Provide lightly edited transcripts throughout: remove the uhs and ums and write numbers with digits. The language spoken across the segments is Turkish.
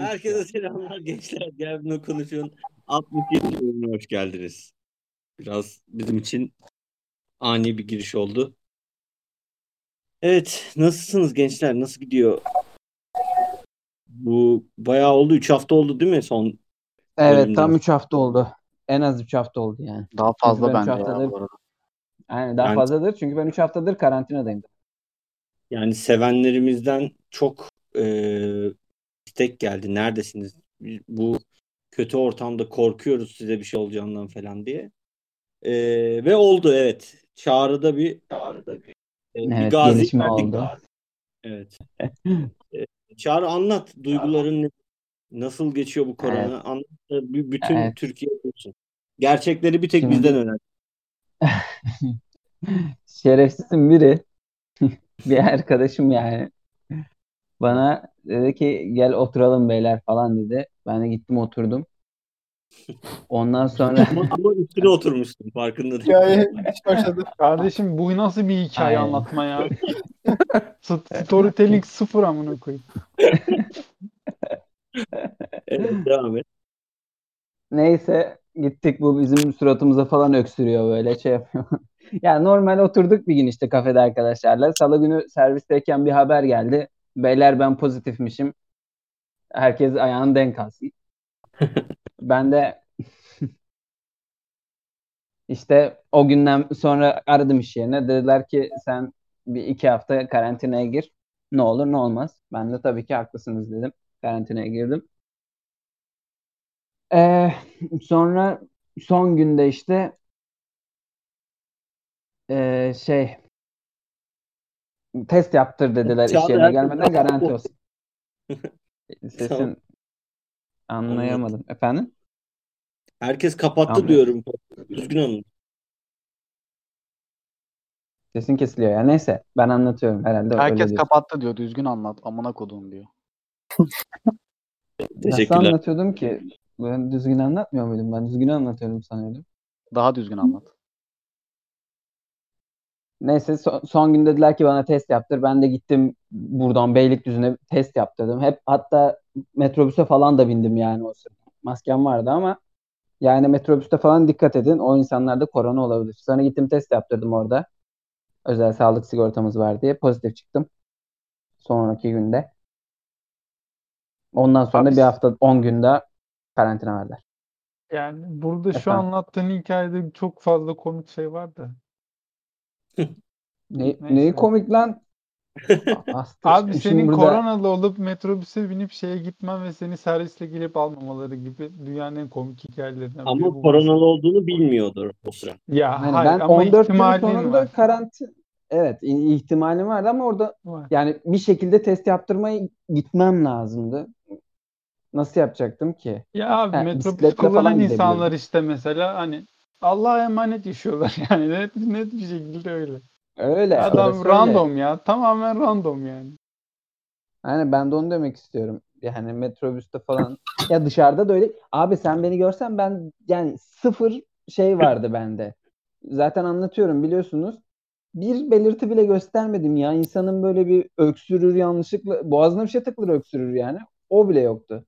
Herkese selamlar gençler. Gel bunu konuşun. 67. bölümüne hoş geldiniz. Biraz bizim için ani bir giriş oldu. Evet, nasılsınız gençler? Nasıl gidiyor? Bu bayağı oldu. 3 hafta oldu değil mi son Evet, bölümden? tam 3 hafta oldu. En az 3 hafta oldu yani. Daha Çünkü fazla ben 3 bence ya haftadır bu arada. yani daha Yani, fazladır çünkü ben 3 haftadır karantinadayım. yani sevenlerimizden çok istek geldi. Neredesiniz? Bu kötü ortamda korkuyoruz size bir şey olacağından falan diye. Ve oldu evet. Çağrı'da bir Evet, gazi gelişme verdik. oldu. Evet. Çağrı anlat duyguların nasıl geçiyor bu Evet, korona? Anlat da bütün evet. Türkiye için. Gerçekleri bir tek bizden Şimdi öğren. şerefsizin biri bir arkadaşım yani bana dedi ki gel oturalım beyler falan dedi. Ben de gittim oturdum. Ondan sonra Ama üstüne oturmuşsun farkında değil. Hikaye müthiş başladı. Kardeşim bu nasıl bir hikaye aynen. anlatma ya? Storytelling sıfır amına koyayım. Evet devam et. Neyse gittik, bu bizim suratımıza falan öksürüyor, böyle şey yapıyor. Yani normal oturduk bir gün işte kafede arkadaşlarla. Salı günü servisteyken bir haber geldi. Beyler ben pozitifmişim. Herkes ayağını denk alsın. Ben de işte o günden sonra aradım iş yerine. Dediler ki sen bir 2 hafta karantinaya gir. Ne olur ne olmaz. Ben de tabii ki haklısınız dedim. Karantinaya girdim. Ee, Sonra son günde işte şey test yaptır dediler iş Çağrı yerine herkes gelmeden, garanti kapattı. olsun. Tamam Sesin anlat. anlayamadım. Efendim? Herkes kapattı Anladım. diyorum. Düzgün anlat. Sesin kesiliyor ya. Neyse ben anlatıyorum, herhalde öyle Herkes diyorsun. kapattı diyor. Düzgün anlat. Amına kodum diyor. Nasıl Teşekkürler. anlatıyordum ki? Ben düzgün anlatmıyor muydum? Ben düzgün anlatıyorum sanıyordum. Daha düzgün anlat. Neyse son gün dediler ki bana test yaptır. Ben de gittim buradan Beylikdüzü'ne test yaptırdım. Hep hatta metrobüse falan da bindim yani o sırada. Maskem vardı ama yani metrobüste falan dikkat edin. O insanlarda korona olabilir. Sonra gittim test yaptırdım orada. Özel sağlık sigortamız var diye. Pozitif çıktım sonraki günde. Ondan sonra Abi bir hafta 10 günde karantina verdiler. yani burada şu Efendim. anlattığın hikayede çok fazla komik şey var da. Neyi Neyse. komik lan? Astır. Abi Şimdi senin burada koronalı olup metrobüse binip şeye gitmen ve seni servisle gelip almamaları gibi dünyanın en komik hikayelerinden biri Ama bu koronalı mesela. olduğunu bilmiyordur o sıra. Ya hani hayır ben ama 14 gün ihtimalin sonunda var. evet, ihtimalim vardı ama orada Var. yani bir şekilde test yaptırmaya gitmem lazımdı. Nasıl yapacaktım ki? Ya abi metrobüs Bisikletle kullanan falan insanlar gidebilirdim. işte mesela hani Allah'a emanet yaşıyorlar yani net bir şekilde öyle. Öyle, Adam orası öyle. random ya, tamamen random yani. Hani ben de onu demek istiyorum. Yani metrobüste falan. Ya dışarıda da öyle. Abi sen beni görsen ben yani sıfır şey vardı bende. Zaten anlatıyorum biliyorsunuz. Bir belirti bile göstermedim ya. İnsanın böyle bir öksürür yanlışlıkla. Boğazına bir şey takılır, öksürür yani. O bile yoktu.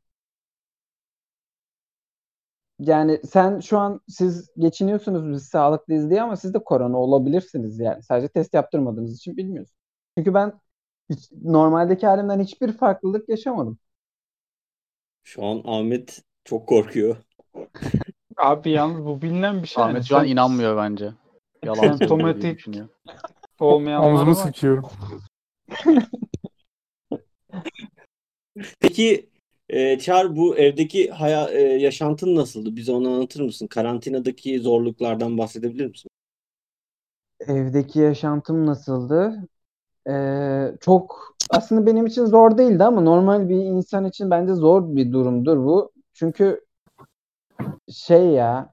Yani sen şu an siz geçiniyorsunuz biz sağlıklıyız diye ama siz de korona olabilirsiniz yani. Sadece test yaptırmadığınız için bilmiyorsunuz. Çünkü ben hiç, normaldeki halimden hiçbir farklılık yaşamadım. Şu an Ahmet çok korkuyor. Abi yalnız bu bilinen bir şey yani. Ahmet şu an inanmıyor bence. Yalan söylüyor diye Semptomatik düşünüyor. olmayanlar Omzumu var. sıkıyorum. Peki Çağrı bu evdeki yaşantın nasıldı? Bize onu anlatır mısın? Karantinadaki zorluklardan bahsedebilir misin? Evdeki yaşantım nasıldı? Çok aslında benim için zor değildi ama normal bir insan için bence zor bir durumdur bu. Çünkü şey ya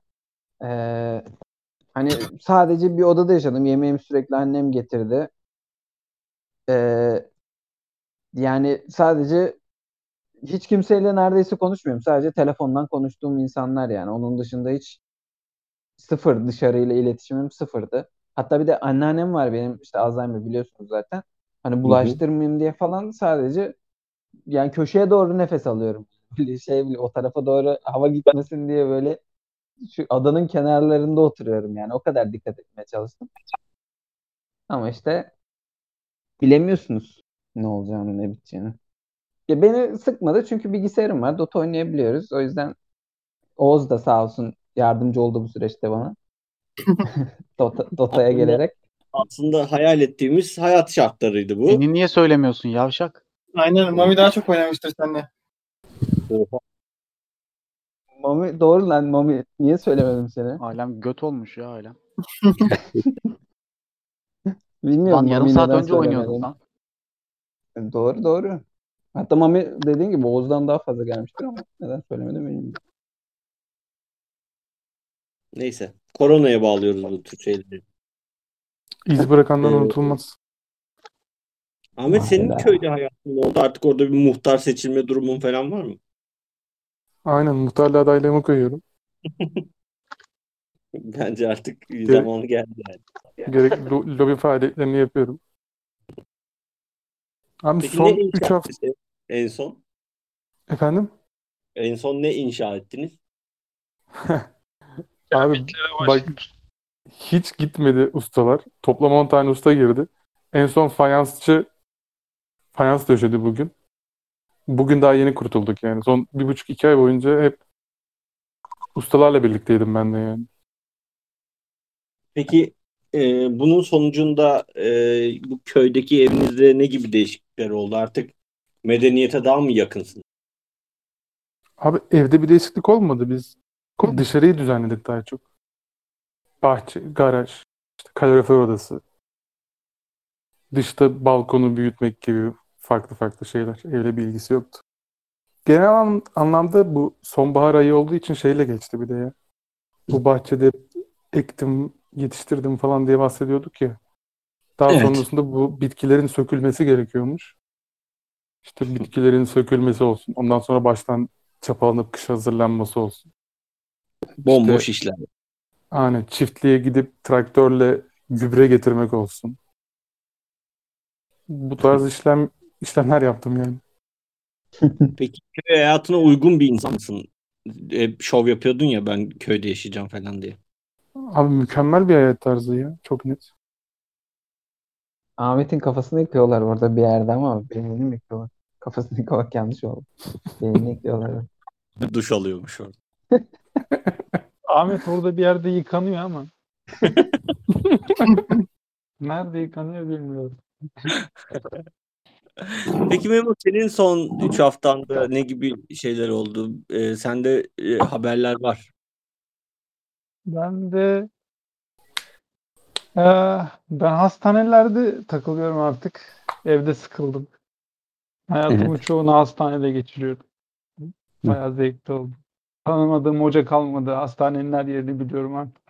hani sadece bir odada yaşadım. Yemeğimi sürekli annem getirdi. Ee, Yani sadece hiç kimseyle neredeyse konuşmuyorum. Sadece telefondan konuştuğum insanlar yani. Onun dışında hiç sıfır, dışarıyla iletişimim sıfırdı. Hatta bir de anneannem var benim, işte Alzheimer biliyorsunuz zaten. Hani Hı hı. bulaştırmayayım diye falan sadece yani köşeye doğru nefes alıyorum bile o tarafa doğru hava gitmesin diye böyle şu adanın kenarlarında oturuyorum yani. O kadar dikkat etmeye çalıştım. Ama işte bilemiyorsunuz ne olacağını, ne biteceğini. Ya beni sıkmadı çünkü bilgisayarım var. Dota oynayabiliyoruz. O yüzden Oğuz da sağ olsun yardımcı oldu bu süreçte bana. Dota'ya Aslında, gelerek. aslında hayal ettiğimiz hayat şartlarıydı bu. Beni niye söylemiyorsun yavşak? Aynen. Mami daha çok oynamıştır seninle. Oha. Mami doğru lan Mami. Niye söylemedim seni? Alem göt olmuş ya alem. Bilmiyorum Lan yarım Mami saat neden önce oynuyorduk söylemedim. lan. Doğru. Hatta Mami dediğin gibi Oğuz'dan daha fazla gelmiştir ama neden söylemedim bilmiyorum. Neyse. Koronaya bağlıyoruz bu tür şeyleri. İz bırakandan Ee, unutulmaz. Ahmet senin Hayda. köyde hayatın ne oldu? Artık orada bir muhtar seçilme durumun falan var mı? Aynen muhtarlığa adaylığımı koyuyorum. Bence artık Gerek, zamanı geldi yani. lobi faaliyetlerini yapıyorum. Abi Peki ne son inşa 3 hafta ettiniz en son? efendim En son ne inşa ettiniz? abi bak hiç gitmedi ustalar. Toplam 10 tane usta girdi. En son fayans döşedi bugün. Bugün daha yeni kurtulduk yani. Son 1,5-2 ay boyunca hep ustalarla birlikteydim ben de yani. Peki bunun sonucunda bu köydeki evinizde ne gibi değişiklikler oldu? Artık medeniyete daha mı yakınsınız? Abi evde bir değişiklik olmadı. Biz dışarıyı düzenledik daha çok. Bahçe, garaj, işte kalorifer odası, dışta balkonu büyütmek gibi farklı farklı şeyler. Evle bir ilgisi yoktu. Genel anlamda bu sonbahar ayı olduğu için şeyle geçti bir de ya. Bu bahçede ektim, yetiştirdim falan diye bahsediyorduk ya. Daha Evet. sonrasında bu bitkilerin sökülmesi gerekiyormuş. İşte bitkilerin sökülmesi olsun. Ondan sonra baştan çapalanıp kışa hazırlanması olsun. Bomboş İşte işler. hani çiftliğe gidip traktörle gübre getirmek olsun. Bu tarz işlemler yaptım yani. Peki köy hayatına uygun bir insan mısın? Hep şov yapıyordun ya ben köyde yaşayacağım falan diye. Abi mükemmel bir hayat tarzı ya. Çok net. Ahmet'in kafasını yıkıyorlar orada bir yerde ama beynini mi yıkıyorlar? Kafasını yıkamak yanlış oldu. Beynini yıkıyorlar. Duş alıyormuş orada. Ahmet orada bir yerde yıkanıyor ama nerede yıkanıyor bilmiyorum. Peki Memo senin son 3 haftanda ne gibi şeyler oldu? Sende haberler var. Ben de ben hastanelerde takılıyorum artık. Evde sıkıldım. Hayatımın çoğunu hastanede geçiriyorum. Bayağı zevkli oldu. Tanımadığım hoca kalmadı. Hastanenin her yerini biliyorum artık.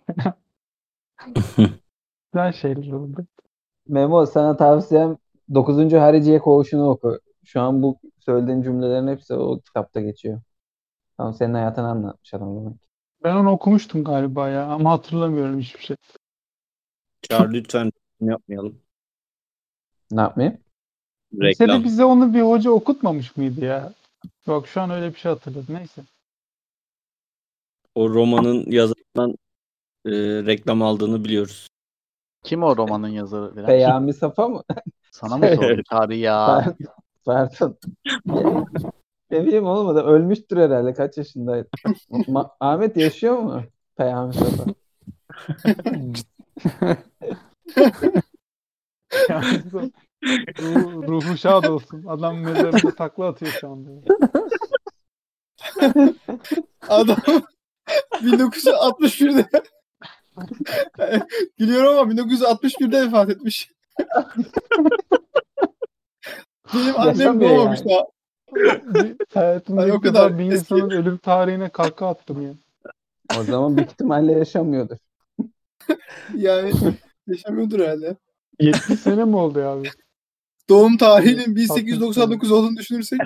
Güzel şeyler oldu. Memo sana tavsiyem 9. Hariciye Koğuşu'nu oku. Şu an bu söylediğin cümlelerin hepsi o kitapta geçiyor. Tamam senin hayatını anlatmış adam demek. Ben onu okumuştum galiba ya ama hatırlamıyorum hiçbir şey. Çağrı lütfen yapmayalım. Ne yapmayayım? Reklam. Lisede bize onu bir hoca okutmamış mıydı ya? Yok şu an öyle bir şey hatırladım. Neyse. O romanın yazarından reklam aldığını biliyoruz. Kim o romanın yazarı? Biraz Peyami Safa mı? sana mı sordu Çağrı ya? Pardon. Ne bileyim oğlum o da ölmüştür herhalde. Kaç yaşındaydı? Ahmet yaşıyor mu? Peyami Safa. Yani ruhu şad olsun. Adam mezarında takla atıyor şu anda. Adam 1961'de gülüyorum ama 1961'de vefat etmiş. Benim annem Yaşamıyor doğmamış yani. daha. Hayatımda Hani o ilk kadar defa bir eski. insanın ölüm tarihine kahkaha attım ya. O zaman büyük ihtimalle yaşamıyordur. Yani yaşamıyordur herhalde. 70 sene mi oldu ya abi? Doğum tarihinin 1899 olduğunu düşünürsek.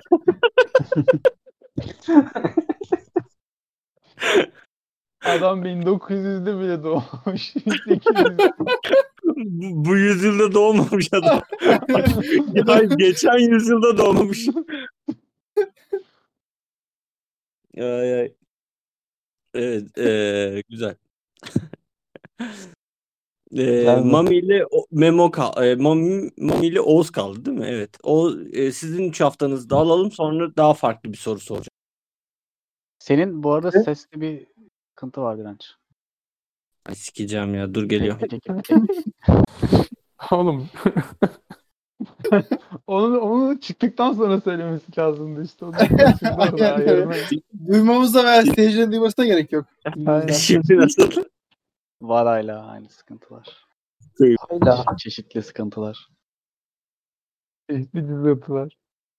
Adam 1900'de bile doğmuş. 1800'de. Bu yüzyılda doğmamış adam. Ya geçen yüzyılda doğmamış. Ay, ay. Evet, güzel. Güzel mi? Mami ile Mami ile Oğuz kaldı değil mi? Evet. Sizin 3 haftanızda alalım, sonra daha farklı bir soru soracağım. Senin bu arada sesli bir sıkıntı var Direnç. Ay, sikeceğim ya, dur geliyor. Peki. Oğlum Onu çıktıktan sonra söylemesi lazımdı işte. Onu kaçırdı orada Aynen öyle. ayırmayı. Duymamıza veya seyircilerin duymasına gerek yok. Aynen. Şimdi nasıl? Var hala aynı sıkıntılar. Hala. Çeşitli sıkıntılar. Çeşitli cızırtılar.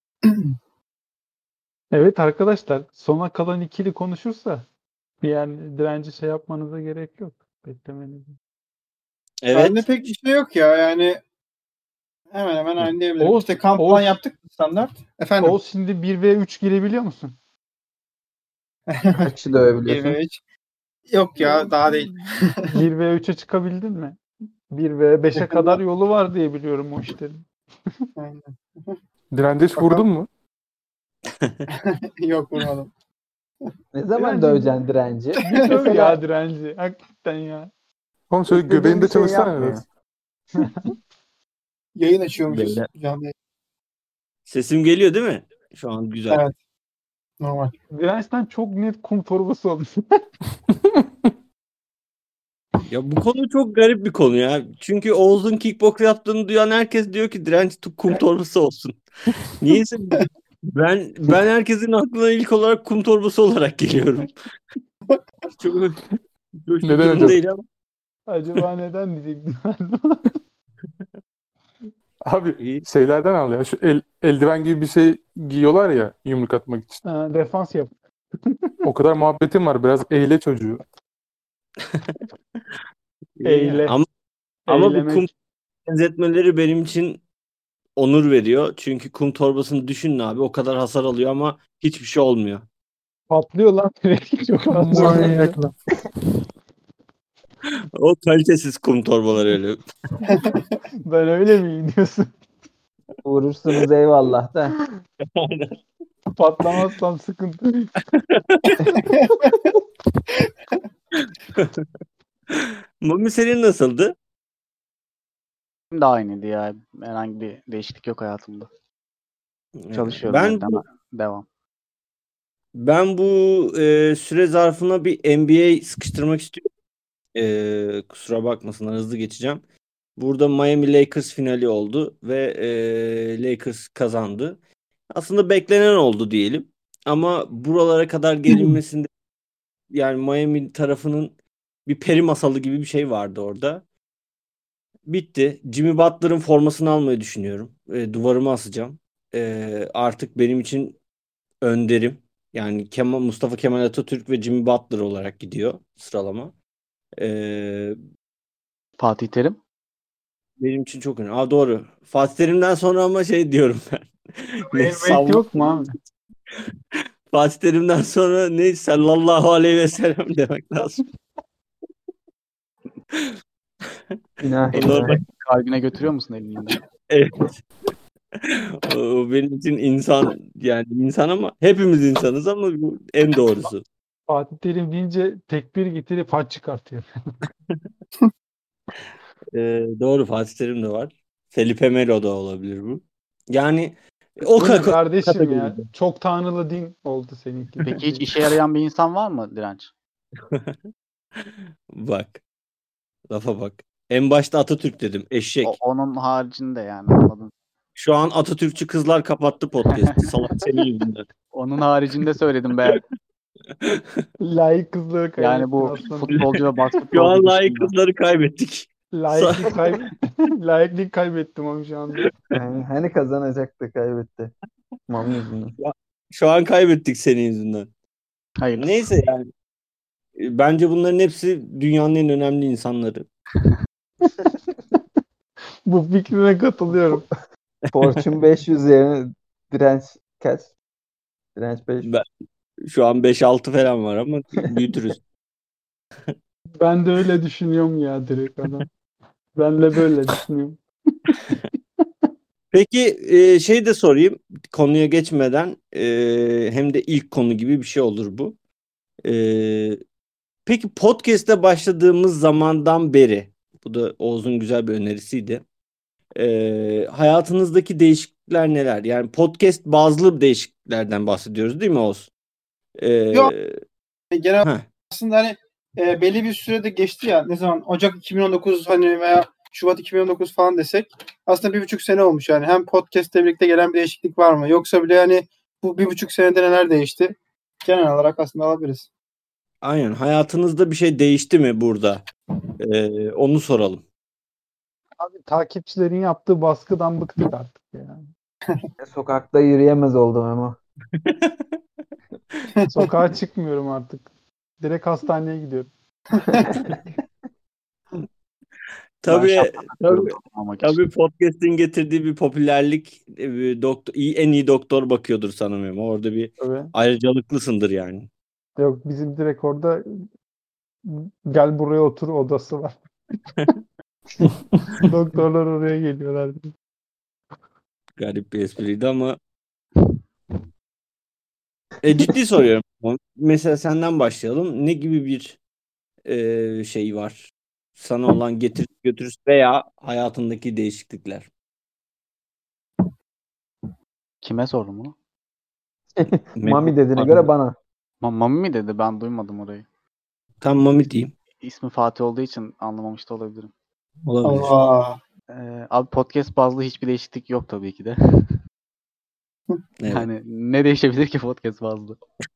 Evet arkadaşlar, sona kalan ikili konuşursa yani direnci şey yapmanıza gerek yok. Beklemenize. Evet. Bende pek bir şey yok ya yani hemen hemen aynı diyebilirim. Oğuz- İşte kamp Oğuz- falan yaptık standart. Efendim. Oğuz şimdi 1v3 girebiliyor musun? Kaç kişi dövebiliyorsun? 1v3. Yok ya daha değil. 1v3'e çıkabildin mi? 1v5'e kadar yolu var diye biliyorum o işlerin. Aynen. direnç vurdun mu? Yok vurmadım. Ne zaman Direnci- döveceksin direnci? Bir döv Mesela ya direnci. Hakikaten ya. Oğlum şöyle İstediğin göbeğinde bir şey çalışsana yapmıyor. biraz. Yayın açıyormuşuz. Beyler. Canlı yayın. Sesim geliyor değil mi? Şu an güzel. Evet. Normal. Dirençten çok net kum torbası olmuş. Ya bu konu çok garip bir konu ya. Çünkü Oğuz'un kickbox yaptığını duyan herkes diyor ki direnç kum torbası olsun. Niyeyse ben herkesin aklına ilk olarak kum torbası olarak geliyorum. Çok hoş bir Neden durum acaba? değil ama. Acaba neden diyecektim ben. Abi İyi. şeylerden al ya. Şu eldiven gibi bir şey giyiyorlar ya yumruk atmak için. Ha, defans yap. O kadar muhabbetim var. Biraz eyle çocuğu. Eyle. Ama bu Eylemek. kum benzetmeleri benim için onur veriyor. Çünkü kum torbasını düşünün abi. O kadar hasar alıyor ama hiçbir şey olmuyor. Patlıyor lan direkt. Çok fazla. Manyak lan. O kalitesiz kum torbaları öyle. Ben öyle miyim diyorsun? Vurursunuz eyvallah da. Patlamazsam sıkıntı. Mami senin nasıldı? Benim de aynıydı ya. Herhangi bir değişiklik yok hayatımda. Çalışıyorum Ben evden. Devam. Ben bu süre zarfına bir NBA sıkıştırmak istiyorum. Kusura bakmasınlar, hızlı geçeceğim. Burada Miami Lakers finali oldu ve Lakers kazandı. Aslında beklenen oldu diyelim. Ama buralara kadar gelinmesinde yani Miami tarafının bir peri masalı gibi bir şey vardı orada. Bitti. Jimmy Butler'ın formasını almayı düşünüyorum. Duvarıma asacağım. Artık benim için önderim. Yani Mustafa Kemal Atatürk ve Jimmy Butler olarak gidiyor sıralama. Ee, Fatih Terim. benim için çok önemli. Aa, doğru. Fatih Terim'den sonra ama şey diyorum ben. Elbet yok mu abi? Fatih Terim'den sonra ne sallallahu aleyhi ve sellem demek lazım. Günah Ondan- günah. Kalbine götürüyor musun elinden? Evet. O benim için insan, yani insan ama hepimiz insanız ama bu en doğrusu. Fatih Terim deyince tekbir getirip haç çıkartıyor. Doğru, Fatih Terim de var. Felipe Melo da olabilir bu. Yani o Bu ne kadar kardeşim ya? Çok tanrılı din oldu seninki. Peki hiç işe yarayan bir insan var mı Direnç? bak. Lafa bak. En başta Atatürk dedim. Eşek. Onun haricinde yani anladın. Şu an Atatürkçü kızlar kapattı podcast'ı. Salak senin yüzünden. Onun haricinde söyledim be. Layık kızları kaybettin Yani bu aslanım. futbolcu ve Şu basketbolcu an layık dışında. kızları kaybettik. Layıklık layıklık kaybettim ama şu anda. Yani hani kazanacaktı kaybetti. Mami yüzünden. Şu an kaybettik senin yüzünden. Hayır. Neyse yani. Bence bunların hepsi dünyanın en önemli insanları. Bu fikrine katılıyorum. Fortune 500 yerine direnç kaç? Direnç 500. Şu an 5-6 falan var ama büyütürüz. Ben de öyle düşünüyorum ya direkt adam. Ben de böyle düşünüyorum. Peki şey de sorayım konuya geçmeden hem de ilk konu gibi bir şey olur bu. E, peki podcast'e başladığımız zamandan beri bu da Oğuz'un güzel bir önerisiydi. Hayatınızdaki değişiklikler neler? Yani podcast bazlı değişikliklerden bahsediyoruz değil mi Oğuz? Yok. Ee, Genel heh, aslında hani belli bir sürede geçti ya. Ne zaman? Ocak 2019 hani veya Şubat 2019 falan desek. Aslında 1,5 sene olmuş yani. Hem podcast'le birlikte gelen bir değişiklik var mı? Yoksa bile hani bu 1,5 senede neler değişti? Genel olarak aslında alabiliriz. aynen. Hayatınızda bir şey değişti mi burada? Onu soralım. Abi takipçilerin yaptığı baskıdan bıktık artık yani. Sokakta yürüyemez oldum ama. Sokağa çıkmıyorum artık. Direkt hastaneye gidiyorum. Ben Tabii, şapka takıyorum tabii, korkmamak için. tabii podcast'in getirdiği bir popülerlik doktor, en iyi doktor bakıyordur sanırım. Orada bir Tabii. ayrıcalıklısındır yani. Yok bizim direkt orada gel buraya otur odası var. Doktorlar oraya geliyorlar. Garip bir espriydi ama ciddi soruyorum. Mesela senden başlayalım. Ne gibi bir şey var? Sana olan getiri götürüsü veya hayatındaki değişiklikler. Kime sordum bunu? Mami dediğine göre bana. Mami mi dedi? Ben duymadım orayı. Tam Mami diyeyim. İsmi Fatih olduğu için anlamamış da olabilirim. Olabilir. Allah. Abi podcast bazlı hiçbir değişiklik yok tabii ki de. Evet. Yani ne değişebilir ki podcast bazlı?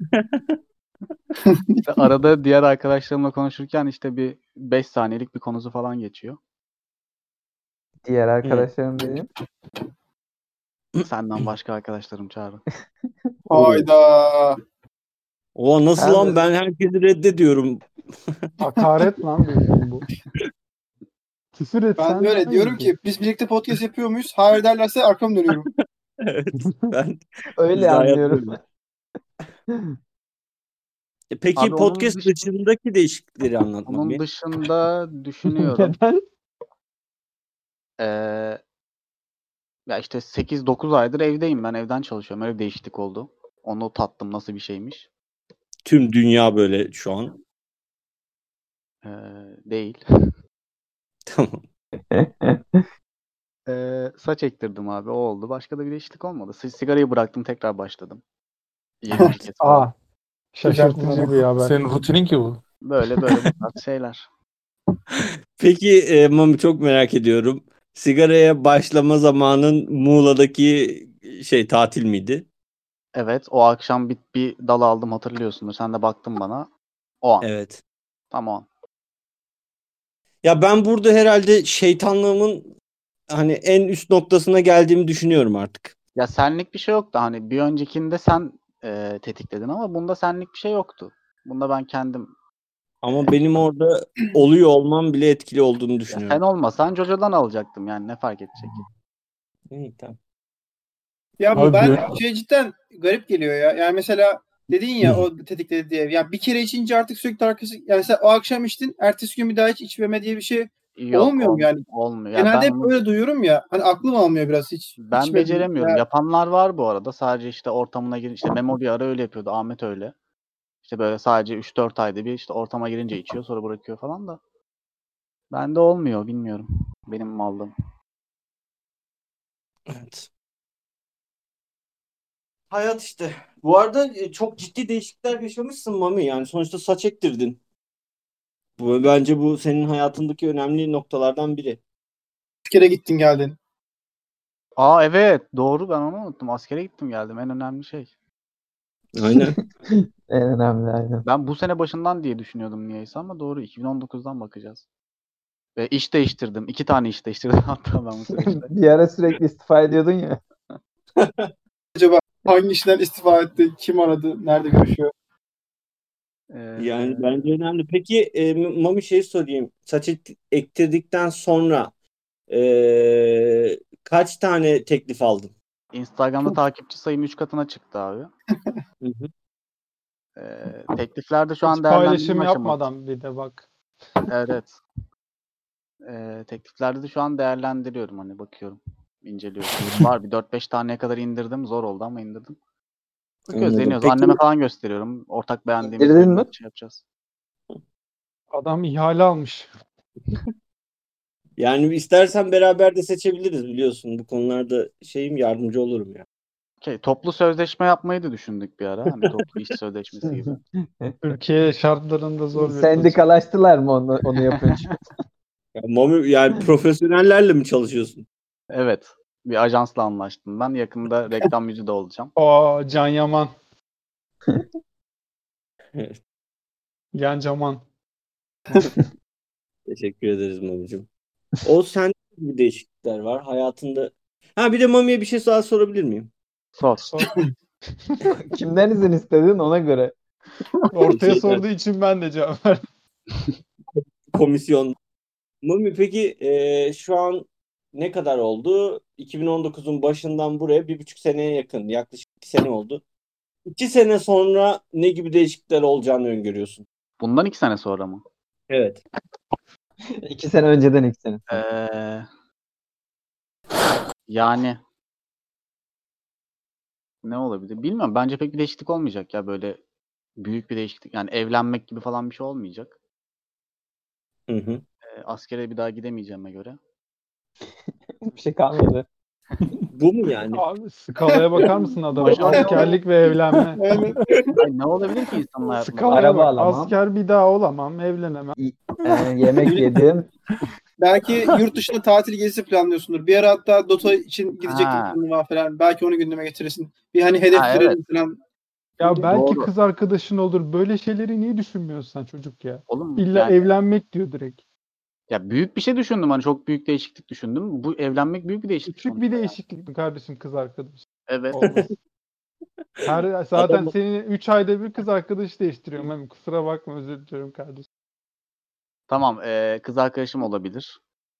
İşte arada diğer arkadaşlarımla konuşurken işte bir 5 saniyelik bir konusu falan geçiyor. Diğer arkadaşlarım dediğim. Senden başka arkadaşlarım Çağrı. Hayda. O nasıl Abi- lan, ben herkesi reddediyorum. Hakaret lan bildiğin bu. Küfür etsen Ben böyle daha diyorum iyiydi. ki biz birlikte podcast yapıyor muyuz? Hayır derlerse arkamı dönüyorum. Evet, ben Öyle biz de anlıyorum. yapıyoruz. Peki Abi onun podcast dışındaki değişiklikleri anlatmam Onun ya. dışında düşünüyorum. Neden? Ee, Ya işte 8-9 aydır evdeyim. Ben evden çalışıyorum. Öyle bir değişiklik oldu. Onu tattım nasıl bir şeymiş. Tüm dünya böyle şu an. Değil. Tamam. Saç ektirdim abi. O oldu. Başka da bir değişiklik olmadı. Sigarayı bıraktım. Tekrar başladım. Yeni bir kez falan. Şaşırtıcı bir haber. Senin rutinin ki bu. Böyle bu tarz şeyler. Peki Mami, çok merak ediyorum. Sigaraya başlama zamanın Muğla'daki tatil miydi? Evet. O akşam bir dal aldım hatırlıyorsundur. Sen de baktın bana. O an. Evet. Tam o an. Ya ben burada herhalde şeytanlığımın hani en üst noktasına geldiğimi düşünüyorum artık. Ya senlik bir şey yoktu. Hani bir öncekinde sen tetikledin ama bunda senlik bir şey yoktu. Bunda ben kendim. Ama benim orada oluyor olmam bile etkili olduğunu Ya düşünüyorum. sen olmasan Jojo'dan alacaktım yani ne fark edecek? İyi, tamam. Ya bu Abi ben cidden garip geliyor ya. Yani mesela dedin ya o tetikledi diye. Ya bir kere içince artık sürekli arkası, yani mesela o akşam içtin, ertesi gün bir daha hiç içmeme diye bir şey Yok, olmuyor mu yani? olmuyor. Ya Genelde hep ben öyle duyuyorum ya. Hani aklım almıyor biraz hiç. ben içmedim beceremiyorum. ya. Yapanlar var bu arada. Sadece işte ortamına girince işte Memo bir ara öyle yapıyordu. Ahmet öyle. İşte böyle sadece 3-4 ayda bir işte ortama girince içiyor sonra bırakıyor falan da. Bende olmuyor bilmiyorum. Benim mallım. Evet. Hayat işte. Bu arada çok ciddi değişiklikler yaşamışsın Mami. Yani sonuçta saç ektirdin. Bence bu senin hayatındaki önemli noktalardan biri. Bir kere gittin geldin. Aa evet doğru ben onu unuttum. Askere gittim geldim en önemli şey. Aynen. En önemli aynen. Ben bu sene başından diye düşünüyordum niyeyse ama doğru 2019'dan bakacağız. Ve iş değiştirdim. 2 tane iş değiştirdim hatta ben bu süreçte. Bir ara sürekli istifa ediyordun ya. Acaba hangi işten istifa etti? Kim aradı? Nerede görüşüyor? Yani bence önemli. Peki Mami, sorayım. Saç ektirdikten sonra kaç tane teklif aldın? Instagram'da takipçi sayım 3 katına çıktı abi. Hı hı. Tekliflerde şu an Hiç değerlendirme paylaşım aşaması. yapmadan bir de bak. Evet. Tekliflerde de şu an değerlendiriyorum hani bakıyorum. inceliyorum. Var bir 4-5 taneye kadar indirdim. Zor oldu ama indirdim. Bakıyoruz, Anladım. deniyoruz. Peki- Anneme falan gösteriyorum. Ortak beğendiğimiz İndirdin bir mi? şey yapacağız. Adam ihale almış. Yani istersen beraber de seçebiliriz, biliyorsun. Bu konularda yardımcı olurum ya. Toplu sözleşme yapmayı da düşündük bir ara. Hani toplu iş sözleşmesi gibi. Türkiye şartlarında zor bir proje. Sendikalaştılar mı onu yapınca? Yani profesyonellerle mi çalışıyorsun? Evet. Bir ajansla anlaştım ben. Yakında reklam yüzü de olacağım. Can Yaman. Evet. Yancaman. Teşekkür ederiz Mami'cim. O sende bir değişiklikler var hayatında. Ha, bir de Mami'ye bir şey daha sorabilir miyim? Sor. Kimden izin istedin ona göre. Ortaya Şeyler- sorduğu için ben de cevap verdim. Komisyon. Mami, peki şu an ne kadar oldu? 2019'un başından buraya 1,5 seneye yakın. Yaklaşık 2 sene oldu. 2 sene sonra ne gibi değişiklikler olacağını öngörüyorsun? Bundan 2 sene sonra mı? Evet. 2 sene önceden 2 sene. Yani ne olabilir? Bilmiyorum. Bence pek bir değişiklik olmayacak ya, böyle büyük bir değişiklik. Yani evlenmek gibi falan bir şey olmayacak. Hı hı. Askere bir daha gidemeyeceğime göre. Bir şey kalmadı. Bu mu yani? Abi skalaya bakar mısın adamın? Majör Askerlik ve evlenme. Aynen. Ay, ne olabilir ki insanın hayatında? Skalaya Araba bak. alamam. Asker bir daha olamam. Evlenemem. Yemek yedim. Belki yurt dışında tatil gezisi planlıyorsundur. Bir ara hatta Dota için gidecektim Ha. turnuva falan. Belki onu gündeme getirirsin. Bir hani hedef Ha, verelim evet. falan. Ya belki Doğru. kız arkadaşın olur. Böyle şeyleri niye düşünmüyorsun sen çocuk ya? Oğlum İlla yani, evlenmek diyor direkt. ya büyük bir şey düşündüm. Hani çok büyük değişiklik düşündüm. Bu evlenmek büyük bir değişiklik. Küçük bir sonuçta yani. değişiklik mi kardeşim kız arkadaş? Evet. Olmaz. Zaten Adam- senin 3 ayda bir kız arkadaş değiştiriyorum. Hem kusura bakma, özür diliyorum kardeşim. Tamam. Kız arkadaşım olabilir.